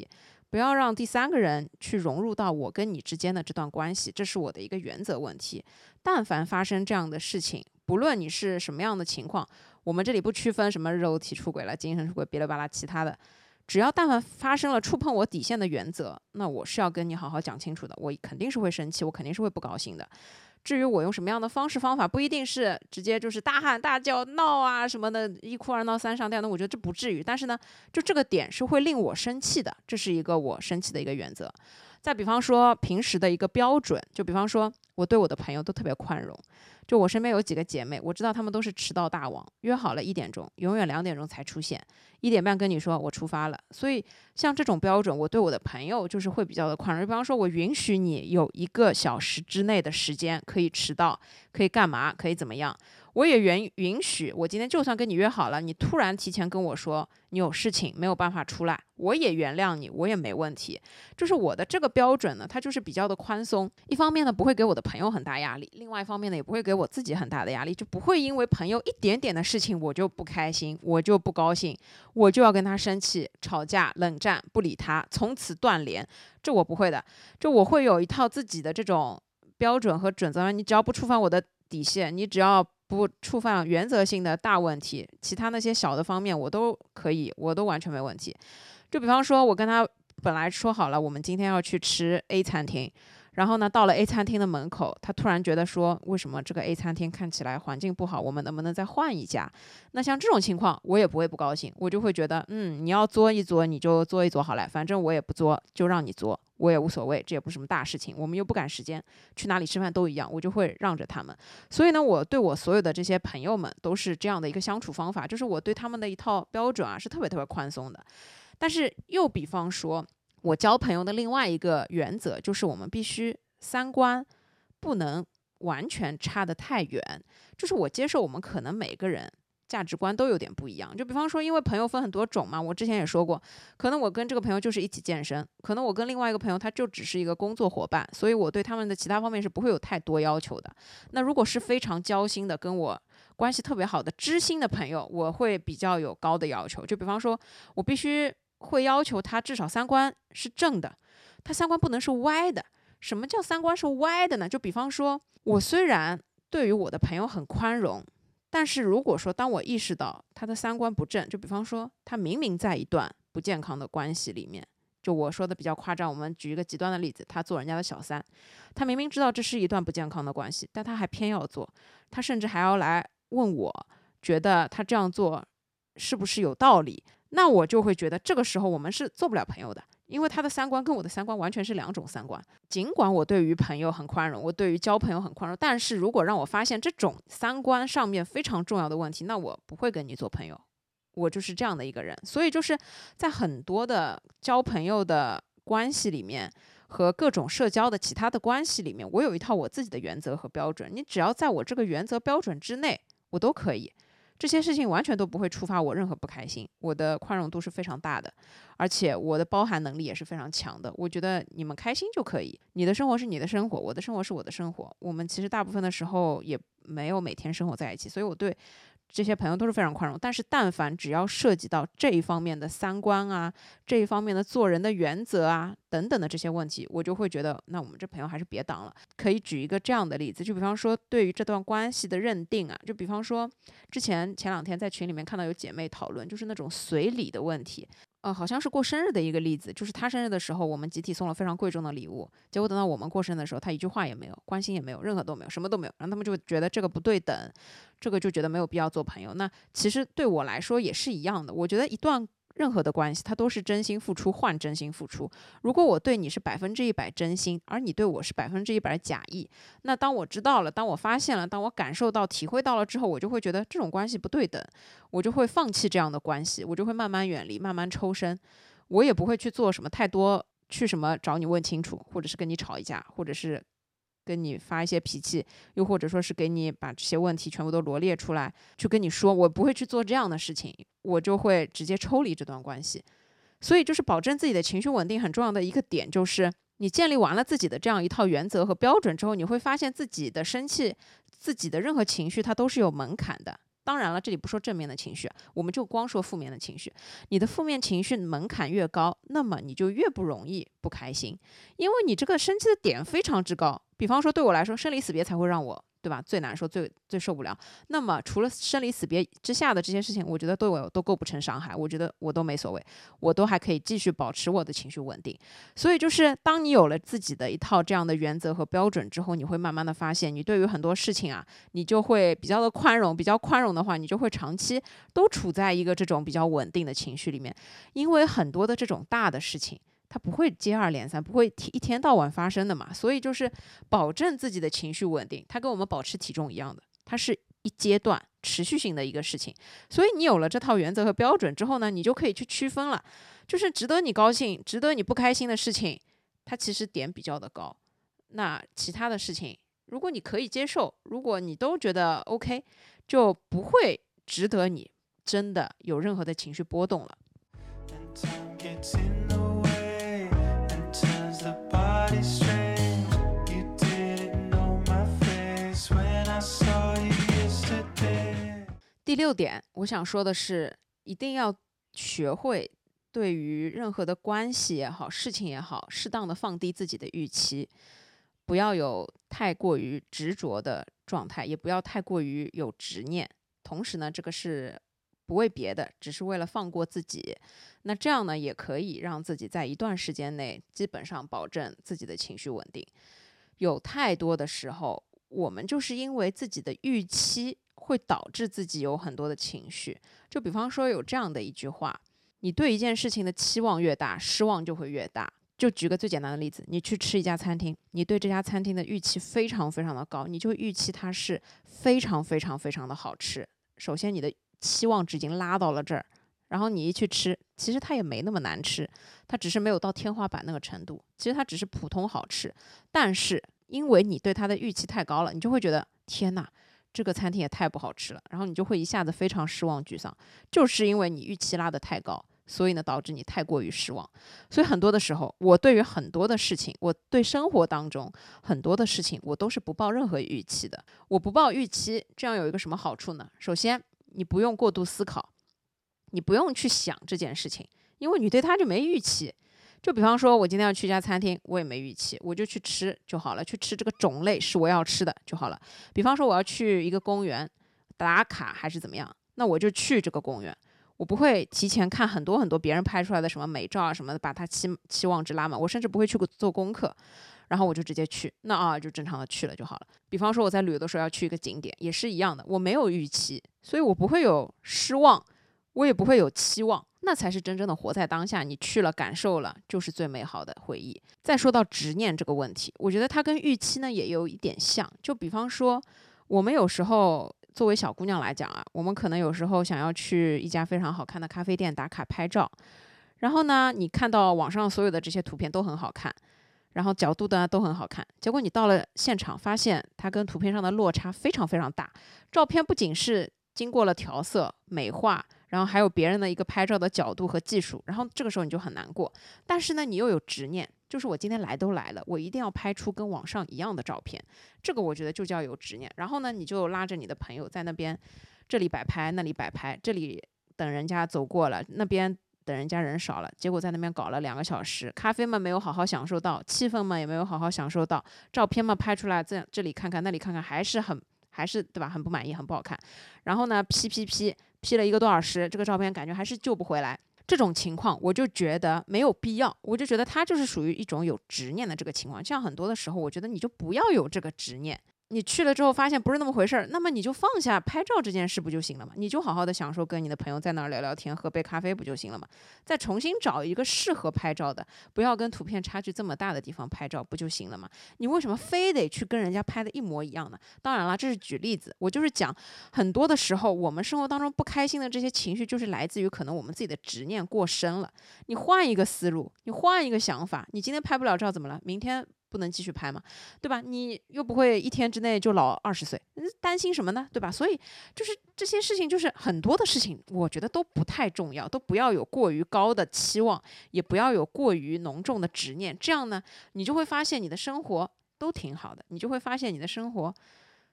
不要让第三个人去融入到我跟你之间的这段关系，这是我的一个原则问题。但凡发生这样的事情，不论你是什么样的情况，我们这里不区分什么肉体出轨了、精神出轨、别了巴拉其他的，只要但凡发生了触碰我底线的原则，那我是要跟你好好讲清楚的，我肯定是会生气，我肯定是会不高兴的。至于我用什么样的方式方法，不一定是直接就是大喊大叫闹啊什么的，一哭二闹三上吊，那我觉得这不至于。但是呢，就这个点是会令我生气的，这是一个我生气的一个原则。再比方说平时的一个标准，就比方说我对我的朋友都特别宽容，就我身边有几个姐妹，我知道她们都是迟到大王，约好了一点钟，永远两点钟才出现，一点半跟你说我出发了。所以像这种标准，我对我的朋友就是会比较的宽容。比方说我允许你有一个小时之内的时间可以迟到，可以干嘛，可以怎么样，我也允允许我今天就算跟你约好了，你突然提前跟我说你有事情没有办法出来，我也原谅你，我也没问题。就是我的这个标准呢，它就是比较的宽松，一方面呢不会给我的朋友很大压力，另外一方面呢也不会给我自己很大的压力，就不会因为朋友一点点的事情我就不开心，我就不高兴，我就要跟他生气、吵架、冷战、不理他，从此断联，这我不会的。就我会有一套自己的这种标准和准则，你只要不触犯我的底线，你只要不触犯原则性的大问题，其他那些小的方面我都可以，我都完全没问题。就比方说我跟他本来说好了我们今天要去吃 A 餐厅，然后呢到了 A 餐厅的门口，他突然觉得说为什么这个 A 餐厅看起来环境不好，我们能不能再换一家。那像这种情况我也不会不高兴，我就会觉得嗯，你要作一作你就作一作好了，反正我也不作，就让你作，我也无所谓，这也不是什么大事情，我们又不赶时间，去哪里吃饭都一样，我就会让着他们。所以呢我对我所有的这些朋友们都是这样的一个相处方法，就是我对他们的一套标准啊是特别特别宽松的。但是又比方说我交朋友的另外一个原则，就是我们必须三观不能完全差得太远，就是我接受我们可能每个人价值观都有点不一样。就比方说因为朋友分很多种嘛，我之前也说过，可能我跟这个朋友就是一起健身，可能我跟另外一个朋友他就只是一个工作伙伴，所以我对他们的其他方面是不会有太多要求的。那如果是非常交心的跟我关系特别好的知心的朋友，我会比较有高的要求。就比方说我必须会要求他至少三观是正的，他三观不能是歪的。什么叫三观是歪的呢？就比方说我虽然对于我的朋友很宽容，但是如果说当我意识到他的三观不正，就比方说他明明在一段不健康的关系里面，就我说的比较夸张，我们举一个极端的例子，他做人家的小三，他明明知道这是一段不健康的关系，但他还偏要做，他甚至还要来问我觉得他这样做是不是有道理，那我就会觉得这个时候我们是做不了朋友的，因为他的三观跟我的三观完全是两种三观。尽管我对于朋友很宽容，我对于交朋友很宽容，但是如果让我发现这种三观上面非常重要的问题，那我不会跟你做朋友，我就是这样的一个人。所以就是在很多的交朋友的关系里面和各种社交的其他的关系里面，我有一套我自己的原则和标准，你只要在我这个原则标准之内，我都可以，这些事情完全都不会触发我任何不开心，我的宽容度是非常大的，而且我的包含能力也是非常强的。我觉得你们开心就可以，你的生活是你的生活，我的生活是我的生活，我们其实大部分的时候也没有每天生活在一起，所以我对这些朋友都是非常宽容。但是但凡只要涉及到这一方面的三观啊，这一方面的做人的原则啊等等的这些问题，我就会觉得那我们这朋友还是别当了。可以举一个这样的例子，就比方说对于这段关系的认定啊，就比方说之前前两天在群里面看到有姐妹讨论，就是那种随礼的问题。呃，好像是过生日的一个例子，就是他生日的时候，我们集体送了非常贵重的礼物，结果等到我们过生日的时候，他一句话也没有，关心也没有，任何都没有，什么都没有，然后他们就觉得这个不对等，这个就觉得没有必要做朋友。那其实对我来说也是一样的，我觉得一段任何的关系它都是真心付出换真心付出，如果我对你是百分之一百真心，而你对我是百分之一百假意，那当我知道了，当我发现了，当我感受到体会到了之后，我就会觉得这种关系不对等，我就会放弃这样的关系，我就会慢慢远离，慢慢抽身，我也不会去做什么太多去什么找你问清楚，或者是跟你吵一架，或者是跟你发一些脾气，又或者说是给你把这些问题全部都罗列出来去跟你说，我不会去做这样的事情，我就会直接抽离这段关系。所以就是保证自己的情绪稳定很重要的一个点，就是你建立完了自己的这样一套原则和标准之后，你会发现自己的生气，自己的任何情绪它都是有门槛的， 当然了，这里不说正面的情绪，我们就光说负面的情绪。你的负面情绪门槛越高，那么你就越不容易不开心，因为你这个生气的点非常之高。比方说对我来说，生离死别才会让我，对吧，最难受，最最受不了。那么除了生离死别之下的这些事情，我觉得对我都构不成伤害，我觉得我都没所谓，我都还可以继续保持我的情绪稳定。所以就是当你有了自己的一套这样的原则和标准之后，你会慢慢的发现，你对于很多事情啊，你就会比较的宽容，比较宽容的话，你就会长期都处在一个这种比较稳定的情绪里面。因为很多的这种大的事情，它不会接二连三，不会一天到晚发生的嘛，所以就是保证自己的情绪稳定，它跟我们保持体重一样的，它是一阶段持续性的一个事情。所以你有了这套原则和标准之后呢，你就可以去区分了，就是值得你高兴、值得你不开心的事情，它其实点比较的高。那其他的事情，如果你可以接受，如果你都觉得 OK， 就不会值得你真的有任何的情绪波动了。第六点，我想说的是，一定要学会对于任何的关系也好，事情也好，适当的放低自己的预期，不要有太过于执着的状态，也不要太过于有执念。同时呢，这个是不为别的，只是为了放过自己。那这样呢，也可以让自己在一段时间内基本上保证自己的情绪稳定。有太多的时候，我们就是因为自己的预期会导致自己有很多的情绪。就比方说有这样的一句话，你对一件事情的期望越大，失望就会越大。就举个最简单的例子，你去吃一家餐厅，你对这家餐厅的预期非常非常的高，你就预期它是非常非常非常的好吃。首先你的期望值已经拉到了这儿，然后你一去吃，其实它也没那么难吃，它只是没有到天花板那个程度，其实它只是普通好吃。但是因为你对它的预期太高了，你就会觉得天哪，这个餐厅也太不好吃了，然后你就会一下子非常失望沮丧，就是因为你预期拉得太高，所以呢导致你太过于失望。所以很多的时候，我对于很多的事情，我对生活当中很多的事情，我都是不抱任何预期的。我不抱预期，这样有一个什么好处呢？首先你不用过度思考，你不用去想这件事情，因为你对它就没预期。就比方说我今天要去一家餐厅，我也没预期，我就去吃就好了，去吃这个种类是我要吃的就好了。比方说我要去一个公园打卡还是怎么样，那我就去这个公园，我不会提前看很多很多别人拍出来的什么美照啊什么的，把它期期望值拉满，我甚至不会去做功课，然后我就直接去，那啊就正常的去了就好了。比方说我在旅游的时候要去一个景点，也是一样的，我没有预期，所以我不会有失望，我也不会有期望，那才是真正的活在当下。你去了感受了，就是最美好的回忆。再说到执念这个问题，我觉得它跟预期呢也有一点像。就比方说我们有时候作为小姑娘来讲啊，我们可能有时候想要去一家非常好看的咖啡店打卡拍照，然后呢你看到网上所有的这些图片都很好看，然后角度呢都很好看，结果你到了现场发现它跟图片上的落差非常非常大。照片不仅是经过了调色美化，然后还有别人的一个拍照的角度和技术，然后这个时候你就很难过。但是呢你又有执念，就是我今天来都来了，我一定要拍出跟网上一样的照片，这个我觉得就叫有执念。然后呢你就拉着你的朋友在那边这里摆拍那里摆拍，这里等人家走过了，那边等人家人少了，结果在那边搞了两个小时，咖啡嘛没有好好享受到，气氛嘛也没有好好享受到，照片嘛拍出来这这里看看那里看看，还是很还是对吧，很不满意，很不好看。然后呢 P P P P 了一个多小时，这个照片感觉还是救不回来。这种情况我就觉得没有必要，我就觉得它就是属于一种有执念的这个情况。像很多的时候我觉得你就不要有这个执念，你去了之后发现不是那么回事儿，那么你就放下拍照这件事不就行了吗？你就好好的享受跟你的朋友在那儿聊聊天，喝杯咖啡不就行了吗？再重新找一个适合拍照的，不要跟图片差距这么大的地方拍照不就行了吗？你为什么非得去跟人家拍的一模一样呢？当然了，这是举例子，我就是讲很多的时候我们生活当中不开心的这些情绪就是来自于可能我们自己的执念过深了。你换一个思路，你换一个想法，你今天拍不了照怎么了？明天不能继续拍嘛，对吧？你又不会一天之内就老二十岁，担心什么呢？对吧？所以就是这些事情，就是很多的事情，我觉得都不太重要，都不要有过于高的期望，也不要有过于浓重的执念。这样呢，你就会发现你的生活都挺好的，你就会发现你的生活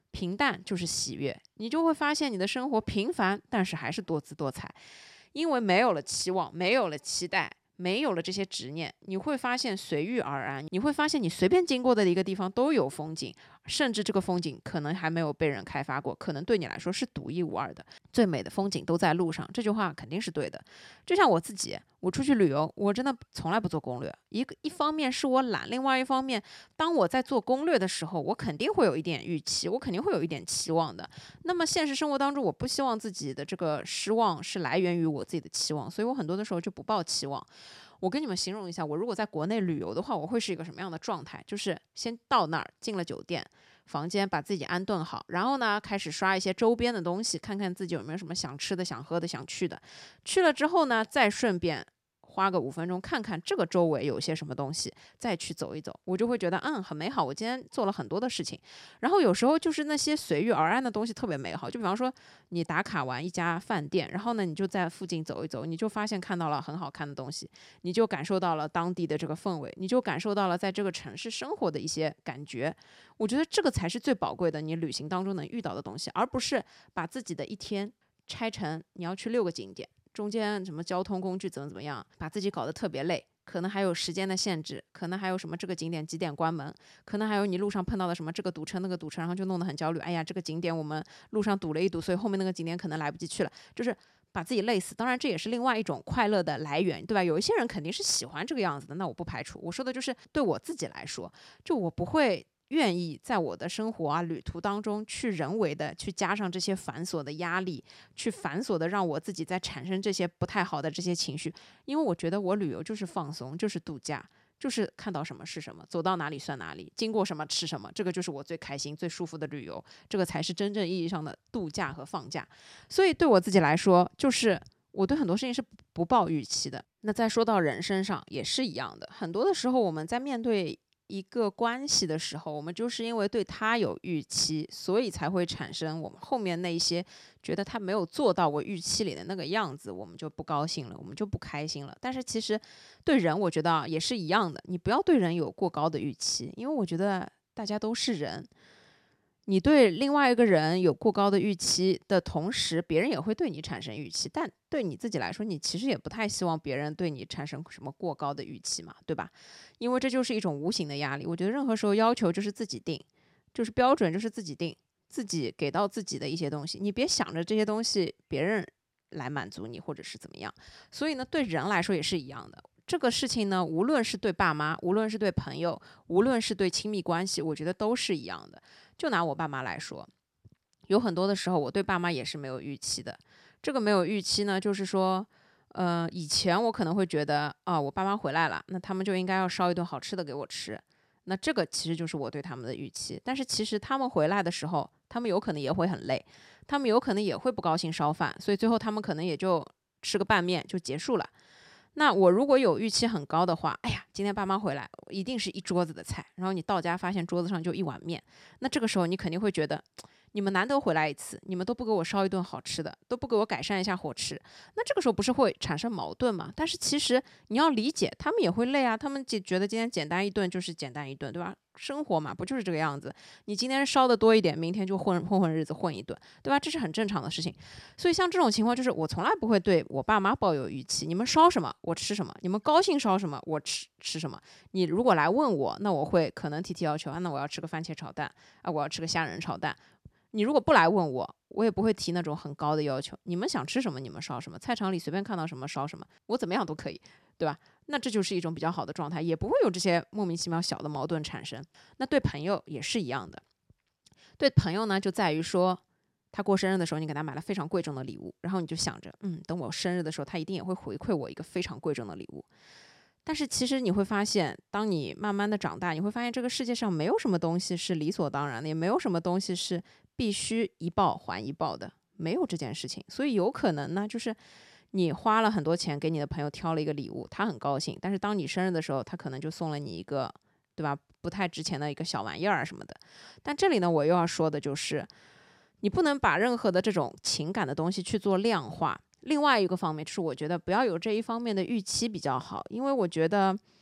平淡就是喜悦，你就会发现你的生活平凡，但是还是多姿多彩，因为没有了期望，没有了期待，没有了这些执念，你会发现随遇而安，你会发现你随便经过的一个地方都有风景，甚至这个风景可能还没有被人开发过，可能对你来说是独一无二的。最美的风景都在路上，这句话肯定是对的。就像我自己，我出去旅游，我真的从来不做攻略。一个一方面是我懒，另外一方面，当我在做攻略的时候，我肯定会有一点预期，我肯定会有一点期望的。那么现实生活当中，我不希望自己的这个失望是来源于我自己的期望，所以我很多的时候就不抱期望。我跟你们形容一下，我如果在国内旅游的话，我会是一个什么样的状态？就是先到那儿，进了酒店房间，把自己安顿好，然后呢，开始刷一些周边的东西，看看自己有没有什么想吃的、想喝的、想去的。去了之后呢，再顺便花个五分钟看看这个周围有些什么东西，再去走一走，我就会觉得嗯很美好。我今天做了很多的事情，然后有时候就是那些随遇而安的东西特别美好。就比方说你打卡完一家饭店，然后呢你就在附近走一走，你就发现看到了很好看的东西，你就感受到了当地的这个氛围，你就感受到了在这个城市生活的一些感觉。我觉得这个才是最宝贵的，你旅行当中能遇到的东西，而不是把自己的一天拆成你要去六个景点。中间什么交通工具怎么怎么样，把自己搞得特别累，可能还有时间的限制，可能还有什么这个景点几点关门，可能还有你路上碰到的什么这个堵车那个堵车，然后就弄得很焦虑。哎呀，这个景点我们路上堵了一堵，所以后面那个景点可能来不及去了，就是把自己累死。当然这也是另外一种快乐的来源，对吧？有一些人肯定是喜欢这个样子的，那我不排除。我说的就是对我自己来说，就我不会愿意在我的生活啊旅途当中去人为的去加上这些繁琐的压力，去繁琐的让我自己在产生这些不太好的这些情绪。因为我觉得我旅游就是放松，就是度假，就是看到什么是什么，走到哪里算哪里，经过什么吃什么，这个就是我最开心最舒服的旅游，这个才是真正意义上的度假和放假。所以对我自己来说，就是我对很多事情是不抱预期的。那再说到人身上也是一样的，很多的时候我们在面对一个关系的时候，我们就是因为对他有预期，所以才会产生我们后面那些觉得他没有做到我预期里的那个样子，我们就不高兴了，我们就不开心了。但是其实对人，我觉得也是一样的，你不要对人有过高的预期，因为我觉得大家都是人。你对另外一个人有过高的预期的同时，别人也会对你产生预期，但对你自己来说，你其实也不太希望别人对你产生什么过高的预期嘛，对吧？因为这就是一种无形的压力。我觉得任何时候要求就是自己定，就是标准就是自己定，自己给到自己的一些东西，你别想着这些东西别人来满足你或者是怎么样。所以呢，对人来说也是一样的。这个事情呢，无论是对爸妈，无论是对朋友，无论是对亲密关系，我觉得都是一样的。就拿我爸妈来说，有很多的时候我对爸妈也是没有预期的。这个没有预期呢，就是说呃，以前我可能会觉得啊，我爸妈回来了，那他们就应该要烧一顿好吃的给我吃，那这个其实就是我对他们的预期。但是其实他们回来的时候，他们有可能也会很累，他们有可能也会不高兴烧饭，所以最后他们可能也就吃个拌面就结束了。那我如果有预期很高的话，哎呀，今天爸妈回来一定是一桌子的菜，然后你到家发现桌子上就一碗面，那这个时候你肯定会觉得，你们难得回来一次，你们都不给我烧一顿好吃的，都不给我改善一下伙食，那这个时候不是会产生矛盾吗？但是其实你要理解，他们也会累啊，他们觉得今天简单一顿就是简单一顿，对吧？生活嘛，不就是这个样子？你今天烧的多一点，明天就混混混日子混一顿，对吧？这是很正常的事情。所以像这种情况，就是我从来不会对我爸妈抱有预期，你们烧什么我吃什么，你们高兴烧什么我吃吃什么。你如果来问我，那我会可能提提要求啊，那我要吃个番茄炒蛋啊，我要吃个虾仁炒蛋。你如果不来问我，我也不会提那种很高的要求。你们想吃什么，你们烧什么，菜场里随便看到什么烧什么，我怎么样都可以，对吧？那这就是一种比较好的状态，也不会有这些莫名其妙小的矛盾产生。那对朋友也是一样的，对朋友呢，就在于说，他过生日的时候，你给他买了非常贵重的礼物，然后你就想着，嗯，等我生日的时候，他一定也会回馈我一个非常贵重的礼物。但是其实你会发现，当你慢慢的长大，你会发现这个世界上没有什么东西是理所当然的，也没有什么东西是必须一报还一报的，没有这件事情。所以有可能呢，就是你花了很多钱给你的朋友挑了一个礼物，他很高兴，但是当你生日的时候，他可能就送了你一个，对吧？不太值钱的一个小玩意儿什么的。但这里呢，我又要说的就是，你不能把任何的这种情感的东西去做量化。另外一个方面就是，我觉得不要有这一方面的预期比较好，因为我觉得，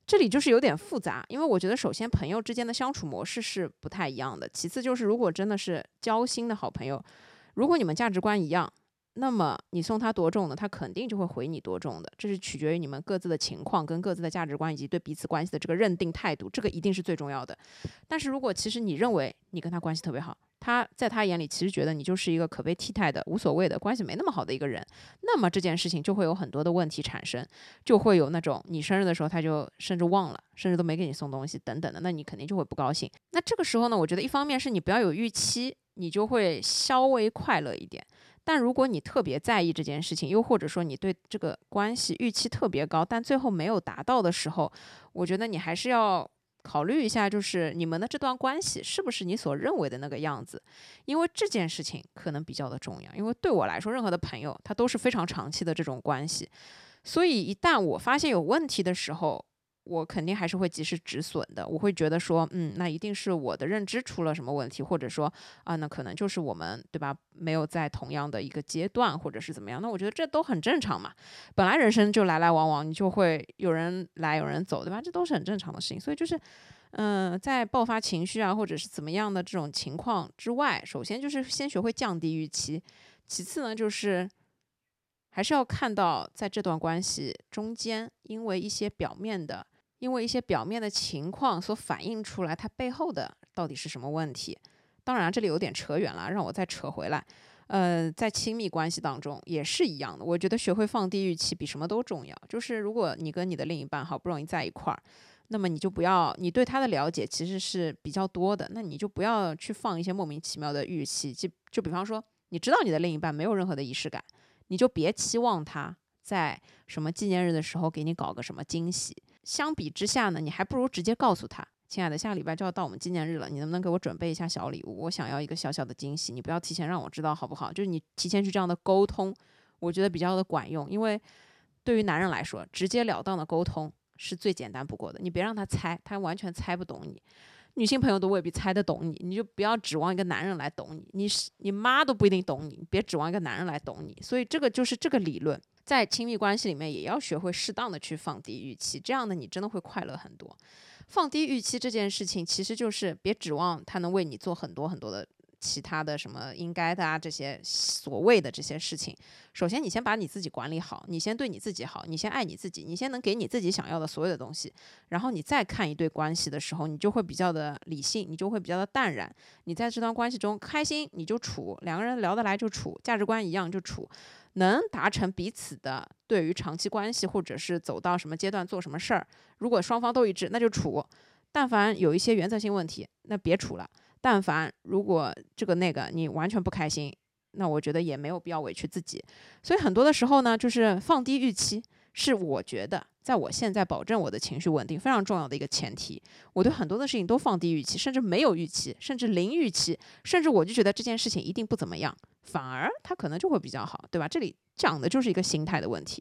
这里就是有点复杂，因为我觉得首先朋友之间的相处模式是不太一样的，其次就是如果真的是交心的好朋友，如果你们价值观一样，那么你送他多重的，他肯定就会回你多重的，这是取决于你们各自的情况跟各自的价值观以及对彼此关系的这个认定态度，这个一定是最重要的。但是如果其实你认为你跟他关系特别好，他在他眼里其实觉得你就是一个可被替代的无所谓的关系没那么好的一个人，那么这件事情就会有很多的问题产生，就会有那种你生日的时候他就甚至忘了，甚至都没给你送东西等等的，那你肯定就会不高兴。那这个时候呢，我觉得一方面是你不要有预期，你就会稍微快乐一点，但如果你特别在意这件事情，又或者说你对这个关系预期特别高，但最后没有达到的时候，我觉得你还是要考虑一下，就是你们的这段关系是不是你所认为的那个样子，因为这件事情可能比较的重要。因为对我来说，任何的朋友他都是非常长期的这种关系，所以一旦我发现有问题的时候，我肯定还是会及时止损的。我会觉得说，嗯，那一定是我的认知出了什么问题，或者说啊，那可能就是我们对吧，没有在同样的一个阶段，或者是怎么样。那我觉得这都很正常嘛，本来人生就来来往往，你就会有人来有人走，对吧？这都是很正常的事情。所以就是，嗯、呃，在爆发情绪啊，或者是怎么样的这种情况之外，首先就是先学会降低预期，其次呢就是还是要看到在这段关系中间，因为一些表面的。因为一些表面的情况所反映出来，它背后的到底是什么问题？当然，这里有点扯远了，让我再扯回来。呃，在亲密关系当中也是一样的，我觉得学会放低预期比什么都重要。就是如果你跟你的另一半好不容易在一块儿，那么你就不要，你对他的了解其实是比较多的，那你就不要去放一些莫名其妙的预期。就就比方说，你知道你的另一半没有任何的仪式感，你就别期望他在什么纪念日的时候给你搞个什么惊喜。相比之下呢，你还不如直接告诉他，亲爱的，下个礼拜就要到我们纪念日了，你能不能给我准备一下小礼物？我想要一个小小的惊喜，你不要提前让我知道好不好？就是你提前去这样的沟通，我觉得比较的管用。因为对于男人来说，直截了当的沟通是最简单不过的，你别让他猜，他完全猜不懂你。女性朋友都未必猜得懂你，你就不要指望一个男人来懂你，你你妈都不一定懂你，别指望一个男人来懂你。所以这个就是这个理论。在亲密关系里面也要学会适当的去放低预期，这样的你真的会快乐很多。放低预期这件事情其实就是别指望他能为你做很多很多的其他的什么应该的啊，这些所谓的这些事情。首先你先把你自己管理好，你先对你自己好，你先爱你自己，你先能给你自己想要的所有的东西，然后你再看一对关系的时候，你就会比较的理性，你就会比较的淡然。你在这段关系中开心你就处，两个人聊得来就处，价值观一样就处，能达成彼此的对于长期关系或者是走到什么阶段做什么事儿，如果双方都一致那就处。但凡有一些原则性问题那别处了，但凡如果这个那个你完全不开心，那我觉得也没有必要委屈自己。所以很多的时候呢，就是放低预期是我觉得在我现在保证我的情绪稳定非常重要的一个前提。我对很多的事情都放低预期，甚至没有预期，甚至零预期，甚至我就觉得这件事情一定不怎么样，反而它可能就会比较好，对吧？这里讲的就是一个心态的问题。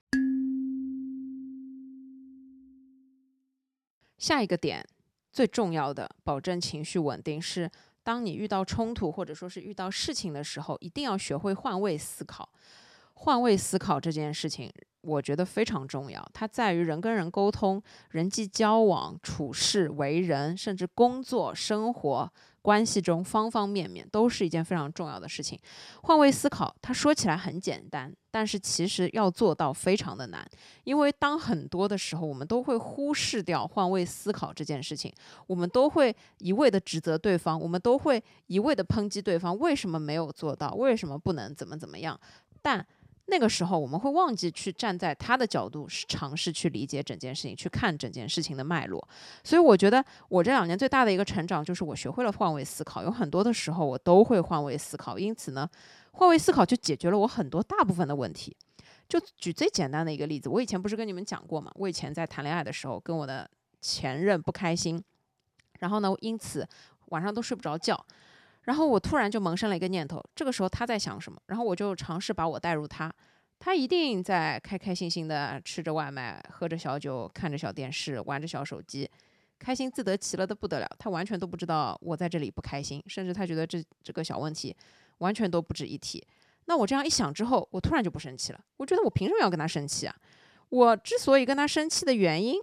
下一个点最重要的保证情绪稳定是，当你遇到冲突或者说是遇到事情的时候，一定要学会换位思考。换位思考这件事情我觉得非常重要，它在于人跟人沟通、人际交往、处事为人，甚至工作、生活关系中方方面面都是一件非常重要的事情。换位思考它说起来很简单，但是其实要做到非常的难。因为当很多的时候我们都会忽视掉换位思考这件事情，我们都会一味的指责对方，我们都会一味的抨击对方为什么没有做到，为什么不能怎么怎么样，但那个时候我们会忘记去站在他的角度尝试去理解整件事情，去看整件事情的脉络。所以我觉得我这两年最大的一个成长就是我学会了换位思考，有很多的时候我都会换位思考，因此呢换位思考就解决了我很多大部分的问题。就举最简单的一个例子，我以前不是跟你们讲过吗？我以前在谈恋爱的时候跟我的前任不开心，然后呢因此晚上都睡不着觉，然后我突然就萌生了一个念头，这个时候他在想什么？然后我就尝试把我带入他，他一定在开开心心的吃着外卖，喝着小酒，看着小电视，玩着小手机，开心自得其乐的不得了。他完全都不知道我在这里不开心，甚至他觉得这这个小问题完全都不值一提。那我这样一想之后，我突然就不生气了。我觉得我凭什么要跟他生气啊？我之所以跟他生气的原因，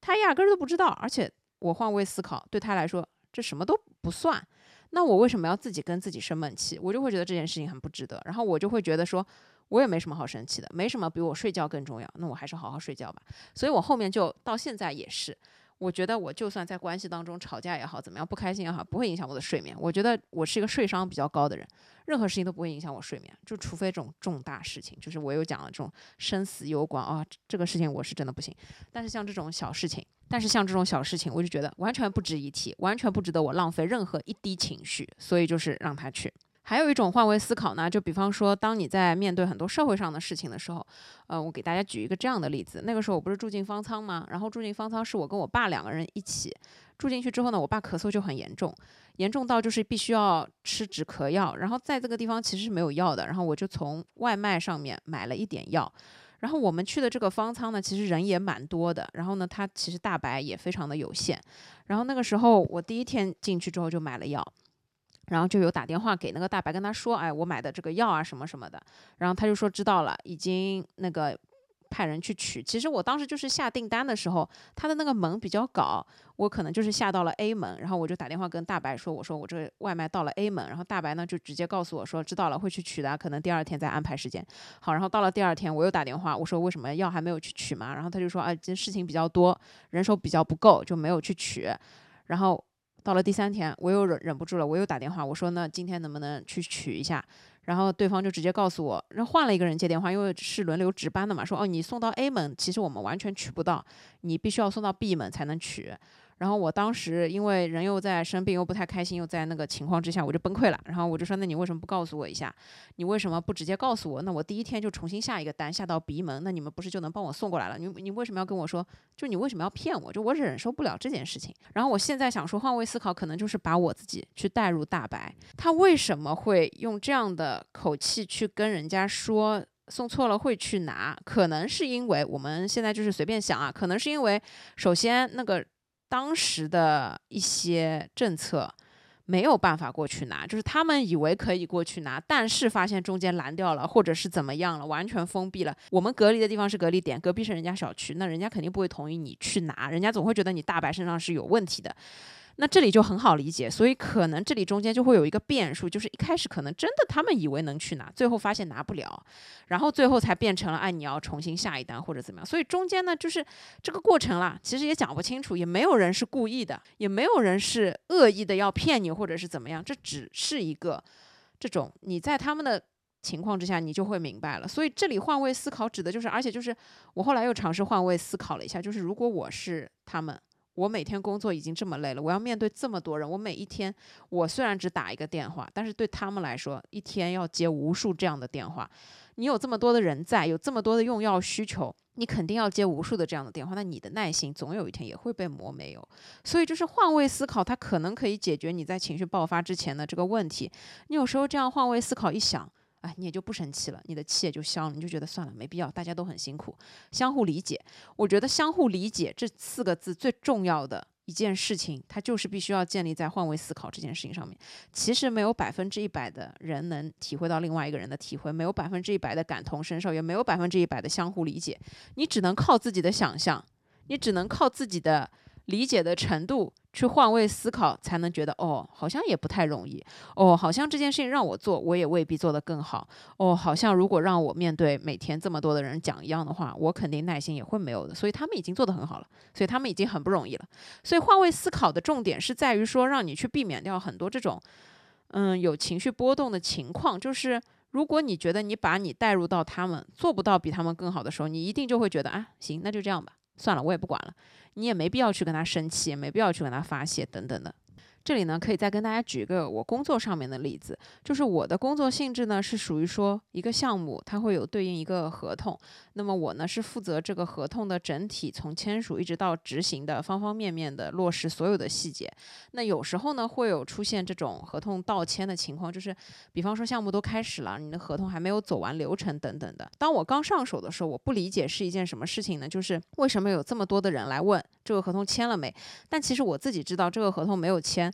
他压根儿都不知道，而且我换位思考，对他来说这什么都不算。那我为什么要自己跟自己生闷气？我就会觉得这件事情很不值得，然后我就会觉得说，我也没什么好生气的，没什么比我睡觉更重要，那我还是好好睡觉吧。所以我后面就到现在也是，我觉得我就算在关系当中吵架也好，怎么样不开心也好，不会影响我的睡眠。我觉得我是一个睡伤比较高的人，任何事情都不会影响我睡眠，就除非这种重大事情，就是我有讲了这种生死攸关啊，这个事情我是真的不行。但是像这种小事情，但是像这种小事情，我就觉得完全不值一提，完全不值得我浪费任何一滴情绪，所以就是让他去。还有一种换位思考呢，就比方说，当你在面对很多社会上的事情的时候，呃，我给大家举一个这样的例子。那个时候我不是住进方舱吗？然后住进方舱是我跟我爸两个人一起住进去之后呢，我爸咳嗽就很严重，严重到就是必须要吃止咳药。然后在这个地方其实是没有药的，然后我就从外卖上面买了一点药。然后我们去的这个方舱呢，其实人也蛮多的，然后呢，它其实大白也非常的有限。然后那个时候我第一天进去之后就买了药。然后就有打电话给那个大白跟他说，哎，我买的这个药啊什么什么的，然后他就说知道了，已经那个派人去取。其实我当时就是下订单的时候，他的那个门比较搞，我可能就是下到了 A 门，然后我就打电话跟大白说，我说我这个外卖到了 A 门，然后大白呢就直接告诉我说知道了，会去取的，可能第二天再安排时间。好，然后到了第二天我又打电话，我说为什么药还没有去取嘛？然后他就说啊，这事情比较多，人手比较不够，就没有去取。然后到了第三天，我又忍忍不住了，我又打电话，我说那今天能不能去取一下？然后对方就直接告诉我，然后换了一个人接电话，因为是轮流值班的嘛，说哦，你送到 A 门，其实我们完全取不到，你必须要送到 B 门才能取。然后我当时因为人又在生病，又不太开心，又在那个情况之下，我就崩溃了。然后我就说，那你为什么不告诉我一下？你为什么不直接告诉我？那我第一天就重新下一个单，下到鼻门，那你们不是就能帮我送过来了？你你为什么要跟我说？就你为什么要骗我？就我忍受不了这件事情。然后我现在想说，换位思考可能就是把我自己去带入大白，他为什么会用这样的口气去跟人家说？送错了会去拿，可能是因为我们现在就是随便想啊，可能是因为首先那个当时的一些政策没有办法过去拿，就是他们以为可以过去拿，但是发现中间拦掉了，或者是怎么样了，完全封闭了。我们隔离的地方是隔离点，隔壁是人家小区，那人家肯定不会同意你去拿，人家总会觉得你大白身上是有问题的。那这里就很好理解，所以可能这里中间就会有一个变数，就是一开始可能真的他们以为能去拿，最后发现拿不了，然后最后才变成了哎你要重新下一单或者怎么样。所以中间呢就是这个过程啦，其实也讲不清楚，也没有人是故意的，也没有人是恶意的要骗你或者是怎么样，这只是一个这种你在他们的情况之下你就会明白了。所以这里换位思考指的就是，而且就是我后来又尝试换位思考了一下，就是如果我是他们，我每天工作已经这么累了，我要面对这么多人，我每一天我虽然只打一个电话，但是对他们来说一天要接无数这样的电话，你有这么多的人在，有这么多的用药需求，你肯定要接无数的这样的电话，那你的耐心总有一天也会被磨没有。所以就是换位思考，它可能可以解决你在情绪爆发之前的这个问题。你有时候这样换位思考一想，哎，你也就不生气了，你的气也就消了，你就觉得算了，没必要，大家都很辛苦，相互理解。我觉得相互理解这四个字最重要的一件事情，它就是必须要建立在换位思考这件事情上面。其实没有百分之一百的人能体会到另外一个人的体会，没有百分之一百的感同身受，也没有百分之一百的相互理解。你只能靠自己的想象，你只能靠自己的理解的程度去换位思考，才能觉得哦，好像也不太容易，哦，好像这件事情让我做，我也未必做得更好，哦，好像如果让我面对每天这么多的人讲一样的话，我肯定耐心也会没有的。所以他们已经做得很好了，所以他们已经很不容易了。所以换位思考的重点是在于说，让你去避免掉很多这种嗯有情绪波动的情况。就是如果你觉得你把你带入到他们做不到比他们更好的时候，你一定就会觉得啊，行，那就这样吧，算了，我也不管了。你也没必要去跟他生气，也没必要去跟他发泄等等的。这里呢，可以再跟大家举一个我工作上面的例子，就是我的工作性质呢是属于说一个项目，它会有对应一个合同，那么我呢是负责这个合同的整体从签署一直到执行的方方面面的落实所有的细节。那有时候呢会有出现这种合同到签的情况，就是比方说项目都开始了，你的合同还没有走完流程等等的。当我刚上手的时候，我不理解是一件什么事情呢？就是为什么有这么多的人来问这个合同签了没？但其实我自己知道这个合同没有签，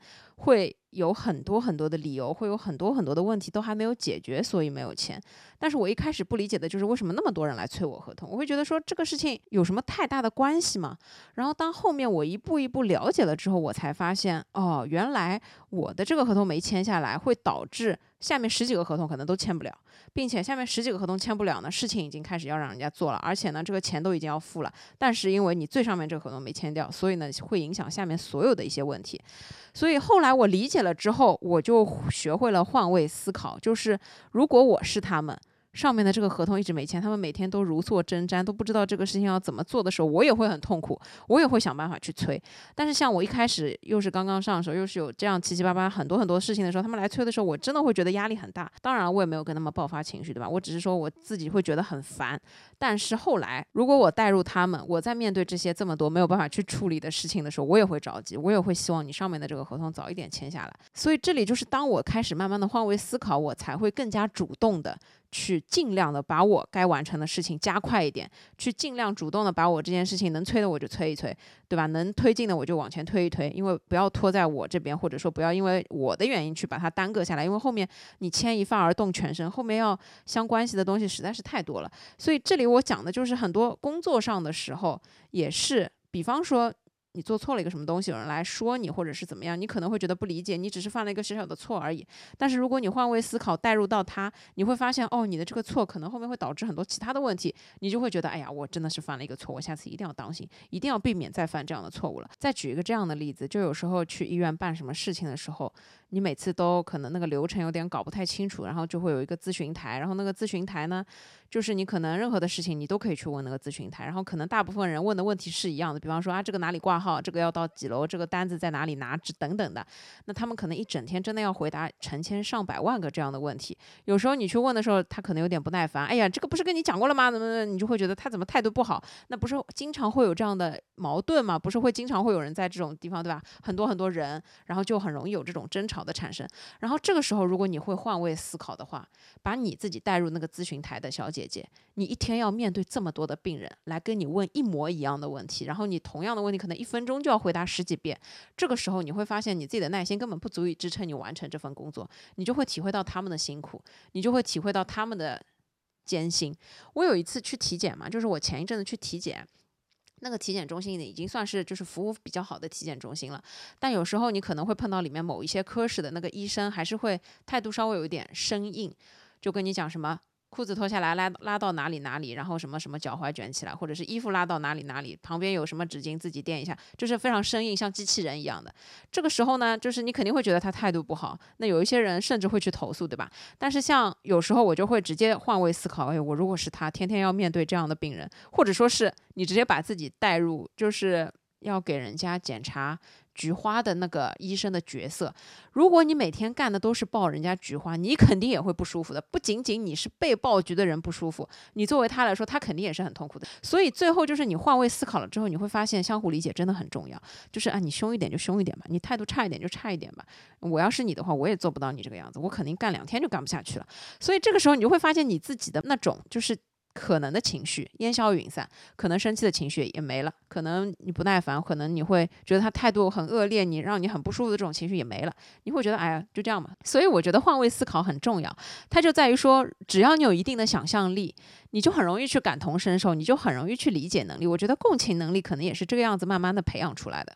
会有很多很多的理由，会有很多很多的问题都还没有解决，所以没有签。但是我一开始不理解的就是为什么那么多人来催我合同，我会觉得说这个事情有什么太大的关系吗？然后当后面我一步一步了解了之后，我才发现，哦，原来我的这个合同没签下来，会导致下面十几个合同可能都签不了，并且下面十几个合同签不了呢，事情已经开始要让人家做了，而且呢，这个钱都已经要付了，但是因为你最上面这个合同没签掉，所以呢，会影响下面所有的一些问题。所以后来我理解了之后，我就学会了换位思考，就是如果我是他们，上面的这个合同一直没签，他们每天都如坐针毡，都不知道这个事情要怎么做的时候，我也会很痛苦，我也会想办法去催。但是像我一开始又是刚刚上手，又是有这样七七八八很多很多事情的时候，他们来催的时候，我真的会觉得压力很大。当然我也没有跟他们爆发情绪，对吧？我只是说我自己会觉得很烦。但是后来如果我带入他们，我在面对这些这么多没有办法去处理的事情的时候，我也会着急，我也会希望你上面的这个合同早一点签下来。所以这里就是当我开始慢慢的换位思考，我才会更加主动的去尽量的把我该完成的事情加快一点，去尽量主动的把我这件事情能催的我就催一催，对吧？能推进的我就往前推一推，因为不要拖在我这边，或者说不要因为我的原因去把它耽搁下来，因为后面你牵一发而动全身，后面要相关系的东西实在是太多了。所以这里我讲的就是很多工作上的时候也是，比方说你做错了一个什么东西，有人来说你或者是怎么样，你可能会觉得不理解，你只是犯了一个小小的错而已。但是如果你换位思考带入到他，你会发现哦，你的这个错可能后面会导致很多其他的问题，你就会觉得哎呀，我真的是犯了一个错，我下次一定要当心，一定要避免再犯这样的错误了。再举一个这样的例子，就有时候去医院办什么事情的时候，你每次都可能那个流程有点搞不太清楚，然后就会有一个咨询台，然后那个咨询台呢，就是你可能任何的事情你都可以去问那个咨询台，然后可能大部分人问的问题是一样的，比方说啊这个哪里挂号，这个要到几楼，这个单子在哪里拿等等的，那他们可能一整天真的要回答成千上百万个这样的问题，有时候你去问的时候，他可能有点不耐烦，哎呀这个不是跟你讲过了吗？怎么你就会觉得他怎么态度不好？那不是经常会有这样的矛盾吗？不是会经常会有人在这种地方，对吧？很多很多人，然后就很容易有这种争吵的产生。然后这个时候，如果你会换位思考的话，把你自己带入那个咨询台的小姐姐，你一天要面对这么多的病人来跟你问一模一样的问题，然后你同样的问题可能一分钟就要回答十几遍，这个时候你会发现你自己的耐心根本不足以支撑你完成这份工作，你就会体会到他们的辛苦，你就会体会到他们的艰辛。我有一次去体检嘛，就是我前一阵子去体检，那个体检中心已经算是就是服务比较好的体检中心了，但有时候你可能会碰到里面某一些科室的那个医生还是会态度稍微有一点生硬，就跟你讲什么裤子脱下来拉拉到哪里哪里，然后什么什么脚踝卷起来，或者是衣服拉到哪里哪里，旁边有什么纸巾自己垫一下，就是非常生硬，像机器人一样的。这个时候呢，就是你肯定会觉得他态度不好，那有一些人甚至会去投诉，对吧？但是像有时候我就会直接换位思考，哎，我如果是他，天天要面对这样的病人，或者说是你直接把自己带入，就是要给人家检查菊花的那个医生的角色，如果你每天干的都是报人家菊花，你肯定也会不舒服的。不仅仅你是被报菊的人不舒服，你作为他来说，他肯定也是很痛苦的。所以最后就是你换位思考了之后，你会发现相互理解真的很重要。就是啊，你凶一点就凶一点吧，你态度差一点就差一点吧。我要是你的话，我也做不到你这个样子，我肯定干两天就干不下去了。所以这个时候你就会发现你自己的那种就是可能的情绪烟消云散，可能生气的情绪也没了，可能你不耐烦，可能你会觉得他态度很恶劣，你让你很不舒服的这种情绪也没了，你会觉得哎呀就这样吧。所以我觉得换位思考很重要，它就在于说只要你有一定的想象力，你就很容易去感同身受，你就很容易去理解能力。我觉得共情能力可能也是这个样子慢慢的培养出来的。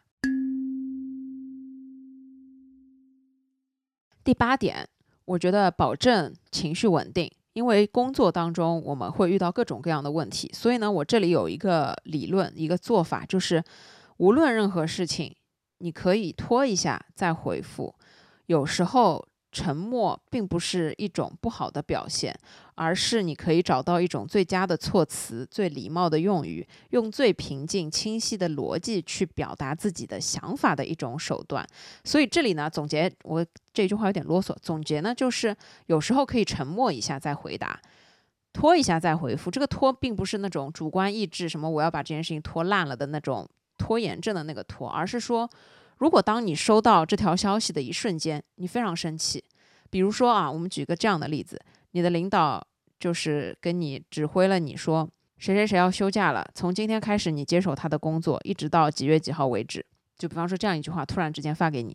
第八点，我觉得保证情绪稳定。因为工作当中我们会遇到各种各样的问题，所以呢，我这里有一个理论，一个做法，就是无论任何事情，你可以拖一下再回复。有时候沉默并不是一种不好的表现，而是你可以找到一种最佳的措辞、最礼貌的用语，用最平静、清晰的逻辑去表达自己的想法的一种手段。所以这里呢，总结，我这句话有点啰嗦，总结呢就是有时候可以沉默一下再回答，拖一下再回复。这个拖并不是那种主观意志，什么我要把这件事情拖烂了的那种拖延症的那个拖，而是说如果当你收到这条消息的一瞬间，你非常生气，比如说啊，我们举个这样的例子，你的领导就是跟你指挥了你说谁谁谁要休假了，从今天开始你接手他的工作，一直到几月几号为止，就比方说这样一句话突然之间发给你，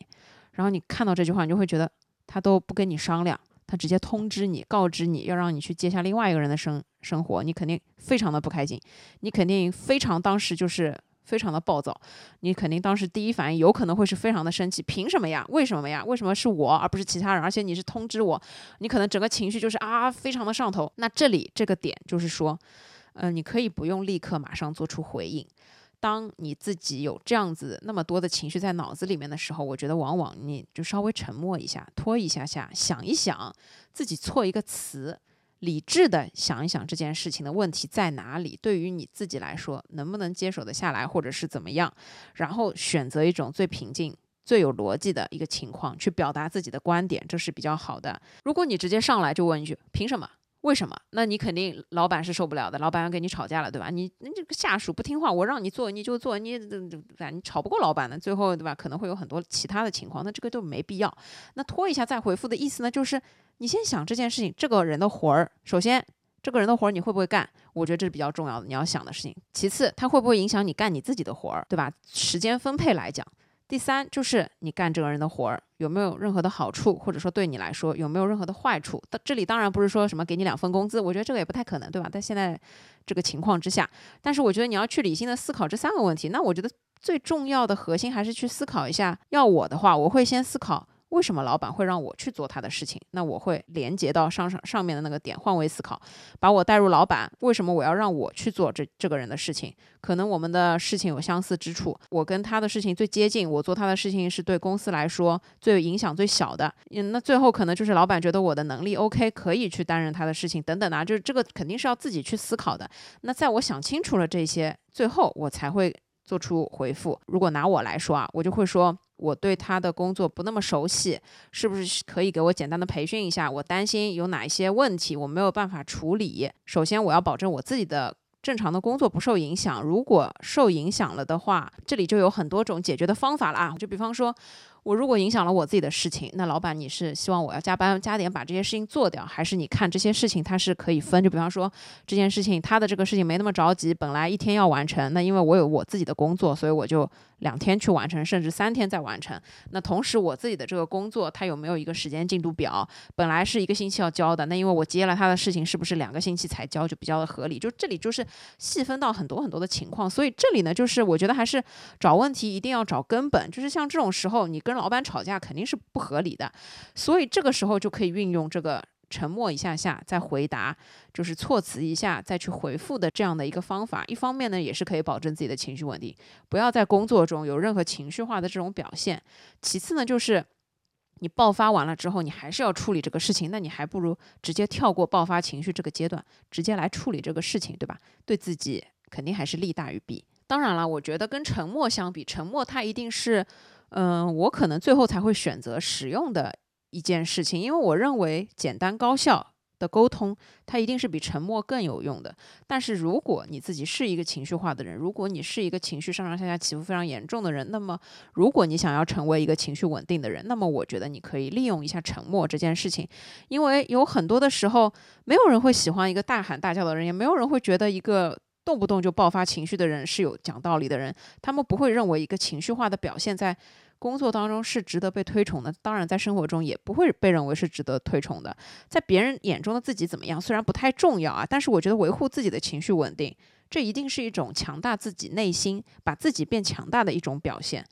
然后你看到这句话，你就会觉得他都不跟你商量，他直接通知你，告知你要让你去接下另外一个人的生生活，你肯定非常的不开心，你肯定非常当时就是非常的暴躁，你肯定当时第一反应有可能会是非常的生气，凭什么呀？为什么呀？为什么是我而不是其他人？而且你是通知我，你可能整个情绪就是啊非常的上头。那这里这个点就是说，呃，你可以不用立刻马上做出回应。当你自己有这样子那么多的情绪在脑子里面的时候，我觉得往往你就稍微沉默一下，拖一下下，想一想，自己错一个词，理智的想一想这件事情的问题在哪里，对于你自己来说能不能接手得下来，或者是怎么样，然后选择一种最平静最有逻辑的一个情况去表达自己的观点，这是比较好的。如果你直接上来就问一句凭什么为什么，那你肯定老板是受不了的，老板要跟你吵架了，对吧？你你这个下属不听话，我让你做你就做，你你吵不过老板的，最后对吧？可能会有很多其他的情况，那这个就没必要。那拖一下再回复的意思呢，就是你先想这件事情，这个人的活儿，首先这个人的活儿你会不会干？我觉得这是比较重要的，你要想的事情。其次，他会不会影响你干你自己的活儿，对吧？时间分配来讲。第三就是你干这个人的活儿有没有任何的好处，或者说对你来说有没有任何的坏处。这里当然不是说什么给你两份工资，我觉得这个也不太可能，对吧？在现在这个情况之下，但是我觉得你要去理性的思考这三个问题。那我觉得最重要的核心还是去思考一下，要我的话我会先思考为什么老板会让我去做他的事情，那我会连接到上上上面的那个点，换位思考，把我带入老板，为什么我要让我去做这这个人的事情？可能我们的事情有相似之处，我跟他的事情最接近，我做他的事情是对公司来说最影响最小的。嗯，那最后可能就是老板觉得我的能力 OK， 可以去担任他的事情等等啊，就是这个肯定是要自己去思考的。那在我想清楚了这些，最后我才会做出回复。如果拿我来说啊，我就会说我对他的工作不那么熟悉，是不是可以给我简单的培训一下？我担心有哪一些问题我没有办法处理。首先我要保证我自己的正常的工作不受影响，如果受影响了的话，这里就有很多种解决的方法了啊。就比方说我如果影响了我自己的事情，那老板你是希望我要加班加点把这些事情做掉，还是你看这些事情它是可以分？就比方说这件事情他的这个事情没那么着急，本来一天要完成，那因为我有我自己的工作，所以我就两天去完成，甚至三天再完成。那同时我自己的这个工作它有没有一个时间进度表，本来是一个星期要交的，那因为我接了他的事情，是不是两个星期才交，就比较的合理。就这里就是细分到很多很多的情况，所以这里呢就是我觉得还是找问题一定要找根本，就是像这种时候你跟老板吵架肯定是不合理的，所以这个时候就可以运用这个沉默一下下再回答，就是措辞一下再去回复的这样的一个方法。一方面呢也是可以保证自己的情绪稳定，不要在工作中有任何情绪化的这种表现。其次呢就是你爆发完了之后你还是要处理这个事情，那你还不如直接跳过爆发情绪这个阶段，直接来处理这个事情，对吧？对自己肯定还是利大于弊。当然了，我觉得跟沉默相比，沉默它一定是嗯、呃，我可能最后才会选择使用的一件事情，因为我认为简单高效的沟通它一定是比沉默更有用的。但是如果你自己是一个情绪化的人，如果你是一个情绪上上下下起伏非常严重的人，那么如果你想要成为一个情绪稳定的人，那么我觉得你可以利用一下沉默这件事情。因为有很多的时候没有人会喜欢一个大喊大叫的人，也没有人会觉得一个动不动就爆发情绪的人是有讲道理的人，他们不会认为一个情绪化的表现在工作当中是值得被推崇的，当然在生活中也不会被认为是值得推崇的。在别人眼中的自己怎么样虽然不太重要啊，但是我觉得维护自己的情绪稳定，这一定是一种强大自己内心，把自己变强大的一种表现。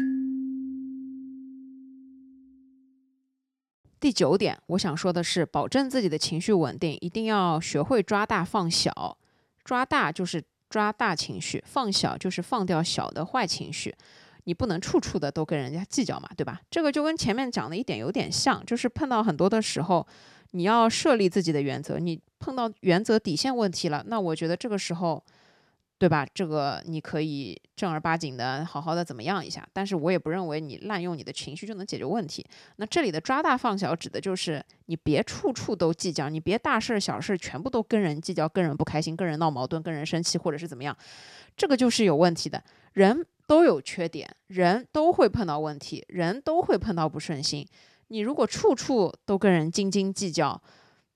第九点我想说的是，保证自己的情绪稳定，一定要学会抓大放小。抓大就是抓大情绪，放小就是放掉小的坏情绪。你不能处处的都跟人家计较嘛，对吧？这个就跟前面讲的一点有点像，就是碰到很多的时候你要设立自己的原则，你碰到原则底线问题了，那我觉得这个时候对吧，这个你可以正儿八经的好好的怎么样一下，但是我也不认为你滥用你的情绪就能解决问题。那这里的抓大放小指的就是你别处处都计较，你别大事小事全部都跟人计较，跟人不开心，跟人闹矛盾，跟人生气或者是怎么样，这个就是有问题的。人都有缺点，人都会碰到问题，人都会碰到不顺心，你如果处处都跟人斤斤计较，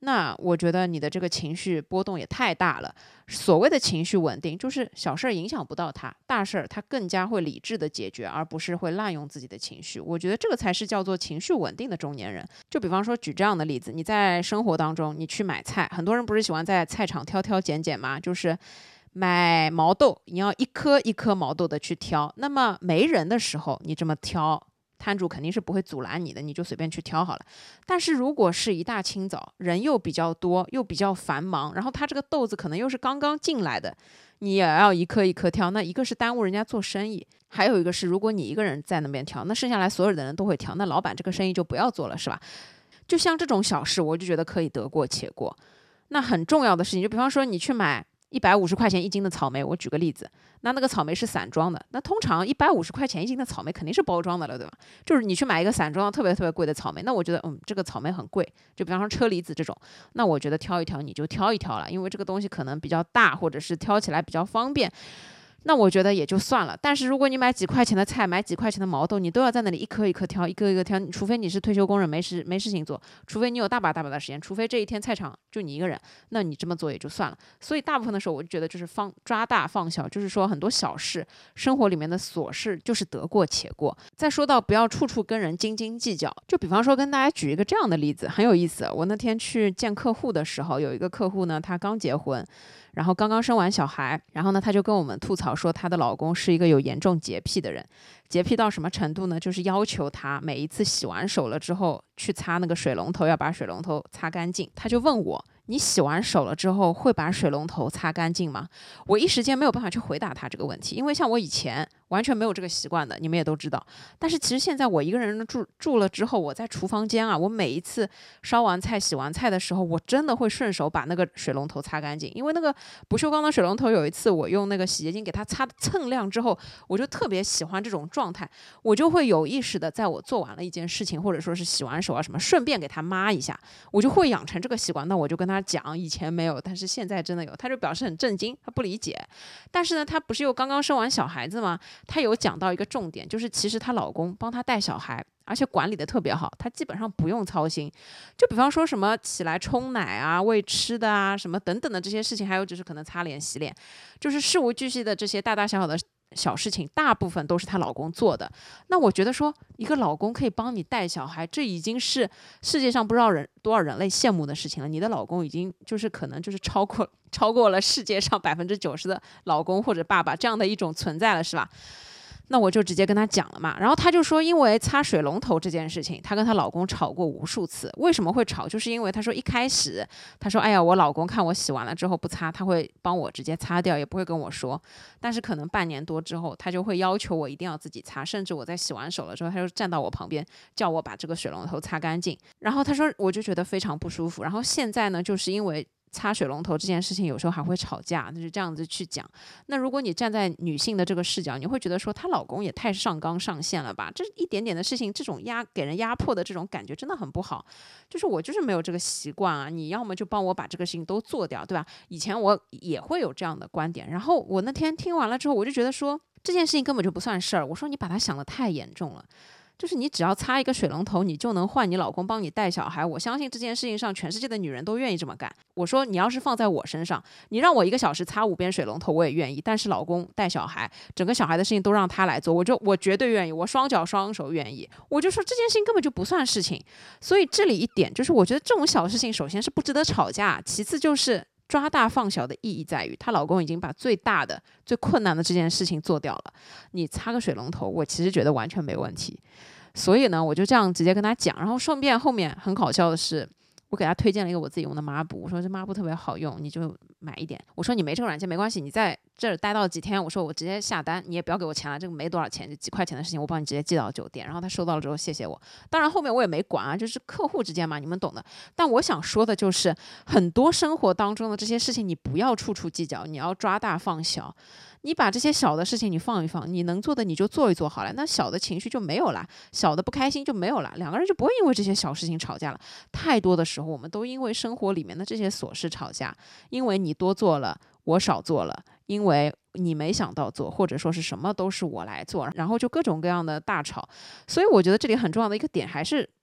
那我觉得你的这个情绪波动也太大了。所谓的情绪稳定，就是小事儿影响不到他，大事儿他更加会理智的解决，而不是会滥用自己的情绪。我觉得这个才是叫做情绪稳定的中年人。就比方说举这样的例子，你在生活当中你去买菜，很多人不是喜欢在菜场挑挑拣拣吗？就是买毛豆，你要一颗一颗毛豆的去挑，那么没人的时候你这么挑，摊主肯定是不会阻拦你的，你就随便去挑好了。但是如果是一大清早，人又比较多，又比较繁忙，然后他这个豆子可能又是刚刚进来的，你也要一颗一颗挑，那一个是耽误人家做生意，还有一个是如果你一个人在那边挑，那剩下来所有的人都会挑，那老板这个生意就不要做了，是吧？就像这种小事，我就觉得可以得过且过。那很重要的事情，就比方说你去买一百五十块钱一斤的草莓，我举个例子，那那个草莓是散装的，那通常一百五十块钱一斤的草莓肯定是包装的了，对吧？就是你去买一个散装的特别特别贵的草莓，那我觉得嗯，这个草莓很贵，就比方说车厘子这种，那我觉得挑一挑你就挑一挑了，因为这个东西可能比较大，或者是挑起来比较方便。那我觉得也就算了。但是如果你买几块钱的菜，买几块钱的毛豆，你都要在那里一颗一颗挑，一个一个挑，除非你是退休工人没事没事情做，除非你有大把大把的时间，除非这一天菜场就你一个人，那你这么做也就算了。所以大部分的时候，我就觉得就是放抓大放小，就是说很多小事，生活里面的琐事就是得过且过。再说到不要处处跟人斤斤计较，就比方说跟大家举一个这样的例子，很有意思。我那天去见客户的时候，有一个客户呢，他刚结婚。然后刚刚生完小孩，然后呢，她就跟我们吐槽说，她的老公是一个有严重洁癖的人。洁癖到什么程度呢？就是要求她每一次洗完手了之后，去擦那个水龙头，要把水龙头擦干净。他就问我，你洗完手了之后会把水龙头擦干净吗？我一时间没有办法去回答他这个问题，因为像我以前完全没有这个习惯的，你们也都知道。但是其实现在我一个人住住了之后，我在厨房间啊，我每一次烧完菜、洗完菜的时候，我真的会顺手把那个水龙头擦干净。因为那个不锈钢的水龙头，有一次我用那个洗洁精给它擦锃亮之后，我就特别喜欢这种状态，我就会有意识的在我做完了一件事情，或者说是洗完手啊什么，顺便给它抹一下，我就会养成这个习惯。那我就跟他讲，以前没有，但是现在真的有。他就表示很震惊，他不理解。但是呢，他不是又刚刚生完小孩子吗？他有讲到一个重点，就是其实她老公帮她带小孩，而且管理的特别好，她基本上不用操心。就比方说什么起来冲奶啊、喂吃的啊、什么等等的这些事情，还有就是可能擦脸、洗脸，就是事无巨细的这些大大小小的小事情，大部分都是她老公做的。那我觉得说，一个老公可以帮你带小孩，这已经是世界上不知道人多少人类羡慕的事情了。你的老公已经就是可能就是超过超过了世界上百分之九十的老公或者爸爸这样的一种存在了，是吧？那我就直接跟他讲了嘛，然后他就说，因为擦水龙头这件事情，她跟她老公吵过无数次。为什么会吵？就是因为她说一开始，她说，哎呀，我老公看我洗完了之后不擦，他会帮我直接擦掉，也不会跟我说。但是可能半年多之后，他就会要求我一定要自己擦，甚至我在洗完手了之后，他就站到我旁边，叫我把这个水龙头擦干净。然后他说，我就觉得非常不舒服。然后现在呢，就是因为擦水龙头这件事情有时候还会吵架，那就这样子去讲。那如果你站在女性的这个视角，你会觉得说她老公也太上纲上线了吧，这一点点的事情，这种压给人压迫的这种感觉真的很不好。就是我就是没有这个习惯啊，你要么就帮我把这个事情都做掉，对吧？以前我也会有这样的观点，然后我那天听完了之后，我就觉得说这件事情根本就不算事儿。我说你把它想得太严重了，就是你只要擦一个水龙头，你就能换你老公帮你带小孩。我相信这件事情上，全世界的女人都愿意这么干。我说你要是放在我身上，你让我一个小时擦五遍水龙头，我也愿意。但是老公带小孩，整个小孩的事情都让他来做，我就我绝对愿意，我双脚双手愿意。我就说这件事情根本就不算事情。所以这里一点就是，我觉得这种小事情，首先是不值得吵架，其次就是抓大放小的意义在于，她老公已经把最大的、最困难的这件事情做掉了。你擦个水龙头，我其实觉得完全没问题。所以呢，我就这样直接跟他讲，然后顺便后面很搞笑的是，我给他推荐了一个我自己用的抹布，我说这抹布特别好用，你就买一点。我说你没这个软件没关系，你在这儿待到几天，我说我直接下单，你也不要给我钱了，这个没多少钱，就几块钱的事情，我帮你直接寄到酒店。然后他收到了之后谢谢我，当然后面我也没管啊，就是客户之间嘛，你们懂的。但我想说的就是，很多生活当中的这些事情，你不要处处计较，你要抓大放小。你把这些小的事情你放一放，你能做的你就做一做好了，那小的情绪就没有了，小的不开心就没有了，两个人就不会因为这些小事情吵架了。太多的时候我们都因为生活里面的这些琐事吵架，因为你多做了我少做了，因为你没想到做，或者说是什么都是我来做，然后就各种各样的大吵。所以我觉得这里很重要的一个点还是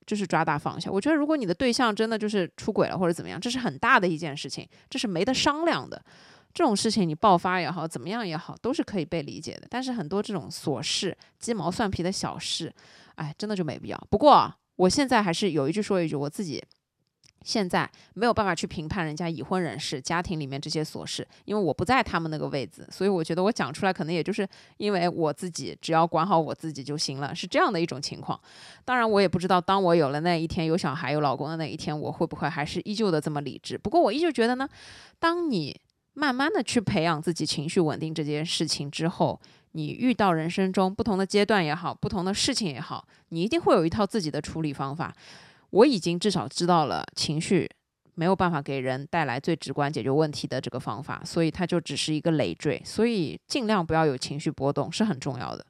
就是抓大放小。我觉得如果你的对象真的就是出轨了或者怎么样，这是很大的一件事情，这是没得商量的。这种事情你爆发也好，怎么样也好，都是可以被理解的。但是很多这种琐事、鸡毛蒜皮的小事，哎，真的就没必要。不过啊，我现在还是有一句说一句，我自己现在没有办法去评判人家已婚人士家庭里面这些琐事，因为我不在他们那个位子，所以我觉得我讲出来可能也就是因为我自己只要管好我自己就行了，是这样的一种情况。当然我也不知道当我有了那一天，有小孩有老公的那一天，我会不会还是依旧的这么理智。不过我依旧觉得呢，当你慢慢的去培养自己情绪稳定这件事情之后，你遇到人生中不同的阶段也好，不同的事情也好，你一定会有一套自己的处理方法。我已经至少知道了情绪没有办法给人带来最直观解决问题的这个方法，所以它就只是一个累赘，所以尽量不要有情绪波动是很重要的。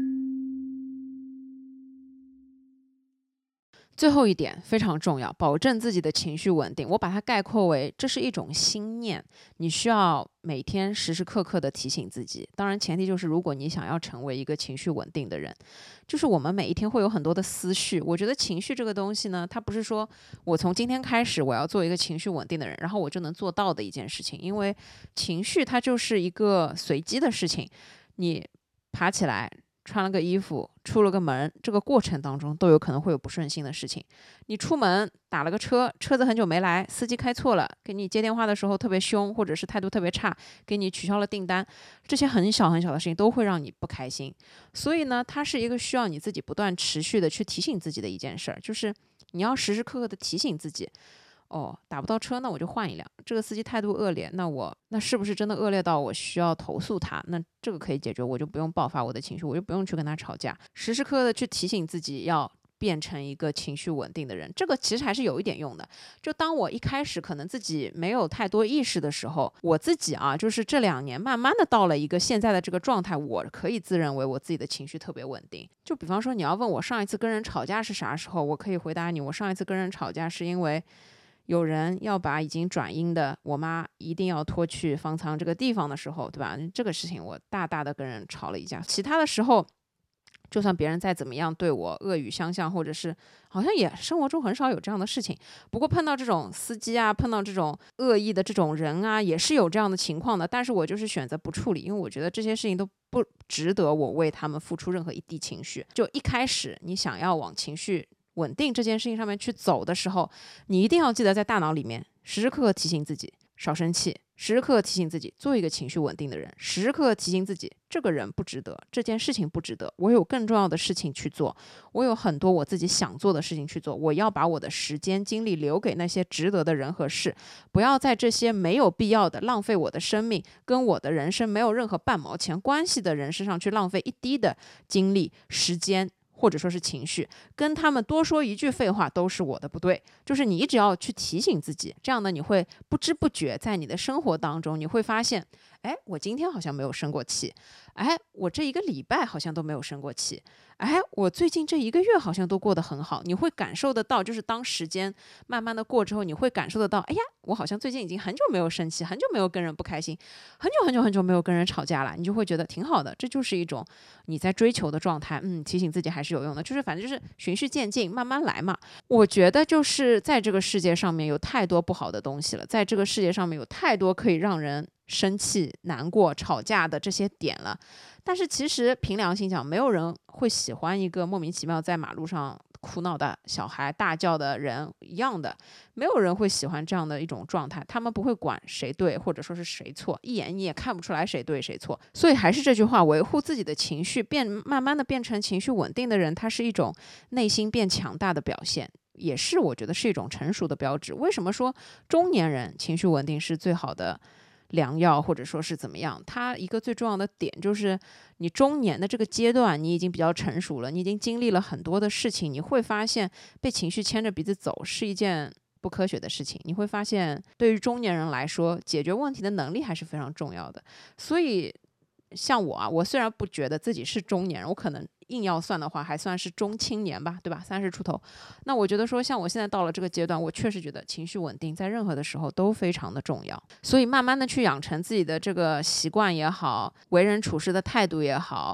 最后一点非常重要，保证自己的情绪稳定，我把它概括为这是一种心念，你需要每天时时刻刻的提醒自己。当然前提就是如果你想要成为一个情绪稳定的人，就是我们每一天会有很多的思绪。我觉得情绪这个东西呢，它不是说我从今天开始我要做一个情绪稳定的人，然后我就能做到的一件事情。因为情绪它就是一个随机的事情，你爬起来穿了个衣服，出了个门，这个过程当中都有可能会有不顺心的事情。你出门打了个车，车子很久没来，司机开错了，给你接电话的时候特别凶，或者是态度特别差，给你取消了订单，这些很小很小的事情都会让你不开心。所以呢，它是一个需要你自己不断持续的去提醒自己的一件事儿，就是你要时时刻刻的提醒自己，哦，打不到车，那我就换一辆。这个司机态度恶劣，那我那是不是真的恶劣到我需要投诉他？那这个可以解决，我就不用爆发我的情绪，我就不用去跟他吵架。时时刻刻的去提醒自己要变成一个情绪稳定的人，这个其实还是有一点用的。就当我一开始可能自己没有太多意识的时候，我自己啊，就是这两年慢慢的到了一个现在的这个状态，我可以自认为我自己的情绪特别稳定。就比方说你要问我上一次跟人吵架是啥时候，我可以回答你，我上一次跟人吵架是因为有人要把已经转阴的我妈一定要拖去方舱这个地方的时候，对吧？这个事情我大大的跟人吵了一架。其他的时候，就算别人再怎么样对我恶语相向，或者是好像也生活中很少有这样的事情。不过碰到这种司机啊，碰到这种恶意的这种人啊，也是有这样的情况的。但是我就是选择不处理，因为我觉得这些事情都不值得我为他们付出任何一滴情绪。就一开始你想要往情绪稳定这件事情上面去走的时候，你一定要记得在大脑里面时时刻刻提醒自己少生气，时时刻刻提醒自己做一个情绪稳定的人，时时刻刻提醒自己这个人不值得，这件事情不值得，我有更重要的事情去做，我有很多我自己想做的事情去做，我要把我的时间精力留给那些值得的人和事，不要在这些没有必要的浪费我的生命跟我的人生没有任何半毛钱关系的人身上去浪费一滴的精力时间，或者说是情绪，跟他们多说一句废话都是我的不对。就是你只要去提醒自己，这样呢，你会不知不觉在你的生活当中，你会发现，哎，我今天好像没有生过气，哎，我这一个礼拜好像都没有生过气，哎，我最近这一个月好像都过得很好。你会感受得到，就是当时间慢慢的过之后，你会感受得到，哎呀，我好像最近已经很久没有生气，很久没有跟人不开心，很久很久很久没有跟人吵架了，你就会觉得挺好的。这就是一种你在追求的状态。嗯，提醒自己还是有用的，就是反正就是循序渐进，慢慢来嘛。我觉得就是在这个世界上面有太多不好的东西了，在这个世界上面有太多可以让人生气、难过、吵架的这些点了。但是其实凭良心讲，没有人会喜欢一个莫名其妙在马路上哭闹的小孩、大叫的人一样的，没有人会喜欢这样的一种状态。他们不会管谁对或者说是谁错，一眼你也看不出来谁对谁错。所以还是这句话，维护自己的情绪，变慢慢的变成情绪稳定的人，他是一种内心变强大的表现，也是我觉得是一种成熟的标志。为什么说中年人情绪稳定是最好的良药，或者说是怎么样？它一个最重要的点就是你中年的这个阶段，你已经比较成熟了，你已经经历了很多的事情，你会发现被情绪牵着鼻子走是一件不科学的事情。你会发现对于中年人来说，解决问题的能力还是非常重要的。所以像我啊，我虽然不觉得自己是中年人，我可能硬要算的话还算是中青年吧，对吧？三十出头。那我觉得说像我现在到了这个阶段，我确实觉得情绪稳定在任何的时候都非常的重要。所以慢慢的去养成自己的这个习惯也好，为人处事的态度也好，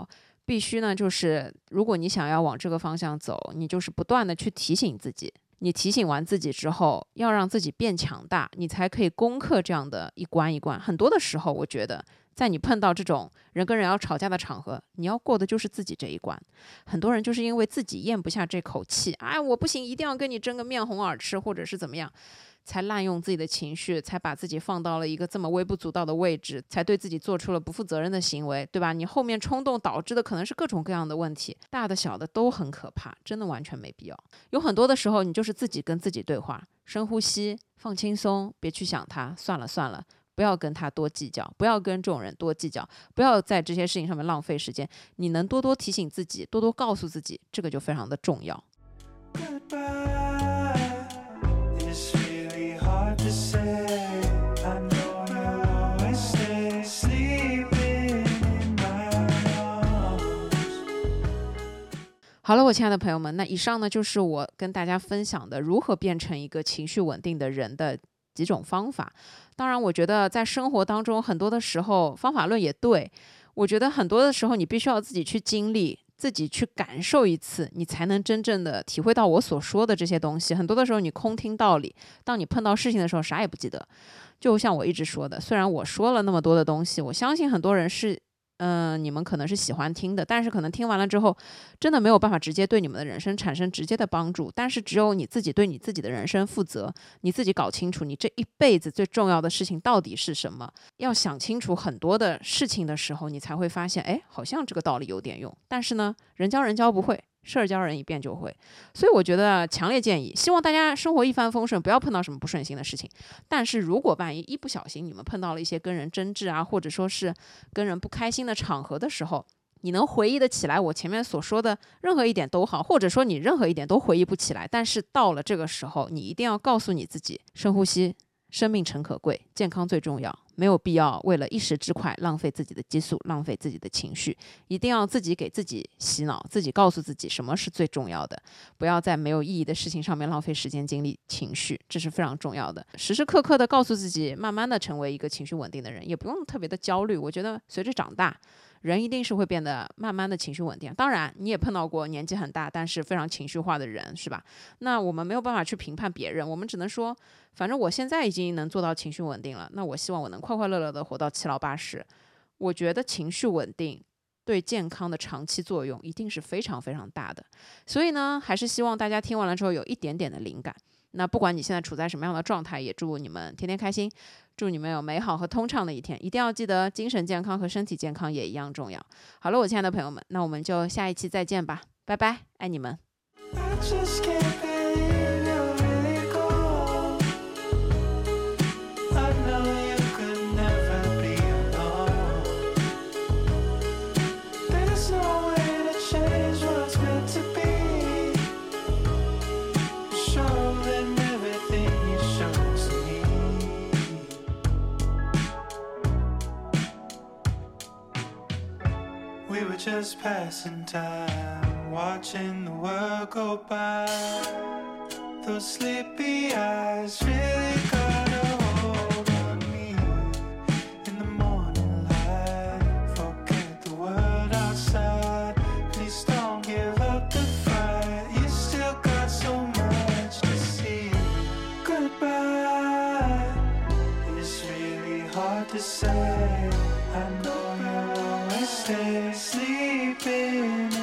必须呢，就是如果你想要往这个方向走，你就是不断的去提醒自己。你提醒完自己之后，要让自己变强大，你才可以攻克这样的一关一关。很多的时候，我觉得在你碰到这种人跟人要吵架的场合，你要过的就是自己这一关。很多人就是因为自己咽不下这口气，哎，我不行，一定要跟你争个面红耳赤，或者是怎么样，才滥用自己的情绪，才把自己放到了一个这么微不足道的位置，才对自己做出了不负责任的行为，对吧？你后面冲动导致的可能是各种各样的问题，大的小的都很可怕，真的完全没必要。有很多的时候，你就是自己跟自己对话，深呼吸，放轻松，别去想他，算了算了，不要跟他多计较，不要跟这种人多计较，不要在这些事情上面浪费时间。你能多多提醒自己，多多告诉自己，这个就非常的重要。好了，我亲爱的朋友们，那以上呢就是我跟大家分享的如何变成一个情绪稳定的人的几种方法。当然，我觉得在生活当中很多的时候方法论也对，我觉得很多的时候你必须要自己去经历，自己去感受一次，你才能真正的体会到我所说的这些东西。很多的时候你空听道理，当你碰到事情的时候啥也不记得。就像我一直说的，虽然我说了那么多的东西，我相信很多人是嗯、呃，你们可能是喜欢听的，但是可能听完了之后真的没有办法直接对你们的人生产生直接的帮助。但是只有你自己对你自己的人生负责，你自己搞清楚你这一辈子最重要的事情到底是什么，要想清楚很多的事情的时候，你才会发现，哎，好像这个道理有点用。但是呢，人教人教不会，事儿教人一遍就会。所以我觉得强烈建议，希望大家生活一帆风顺，不要碰到什么不顺心的事情。但是如果万一一不小心你们碰到了一些跟人争执啊，或者说是跟人不开心的场合的时候，你能回忆得起来我前面所说的任何一点都好，或者说你任何一点都回忆不起来，但是到了这个时候，你一定要告诉你自己，深呼吸，生命诚可贵，健康最重要，没有必要为了一时之快浪费自己的激素，浪费自己的情绪。一定要自己给自己洗脑，自己告诉自己什么是最重要的，不要在没有意义的事情上面浪费时间精力情绪，这是非常重要的。时时刻刻的告诉自己，慢慢的成为一个情绪稳定的人，也不用特别的焦虑。我觉得随着长大，人一定是会变得慢慢的情绪稳定。当然你也碰到过年纪很大但是非常情绪化的人，是吧？那我们没有办法去评判别人，我们只能说反正我现在已经能做到情绪稳定了，那我希望我能快快乐乐的活到七老八十。我觉得情绪稳定对健康的长期作用一定是非常非常大的。所以呢，还是希望大家听完了之后有一点点的灵感。那不管你现在处在什么样的状态，也祝你们天天开心，祝你们有美好和通畅的一天。一定要记得精神健康和身体健康也一样重要。好了，我亲爱的朋友们，那我们就下一期再见吧，拜拜，爱你们。 We were just passing time, watching the world go by. Those sleepy eyes really got a hold on me. In the morning light, forget the world outside. Please don't give up the fight, you still got so much to see. Goodbye, it's really hard to say. I know you'll always stay sleeping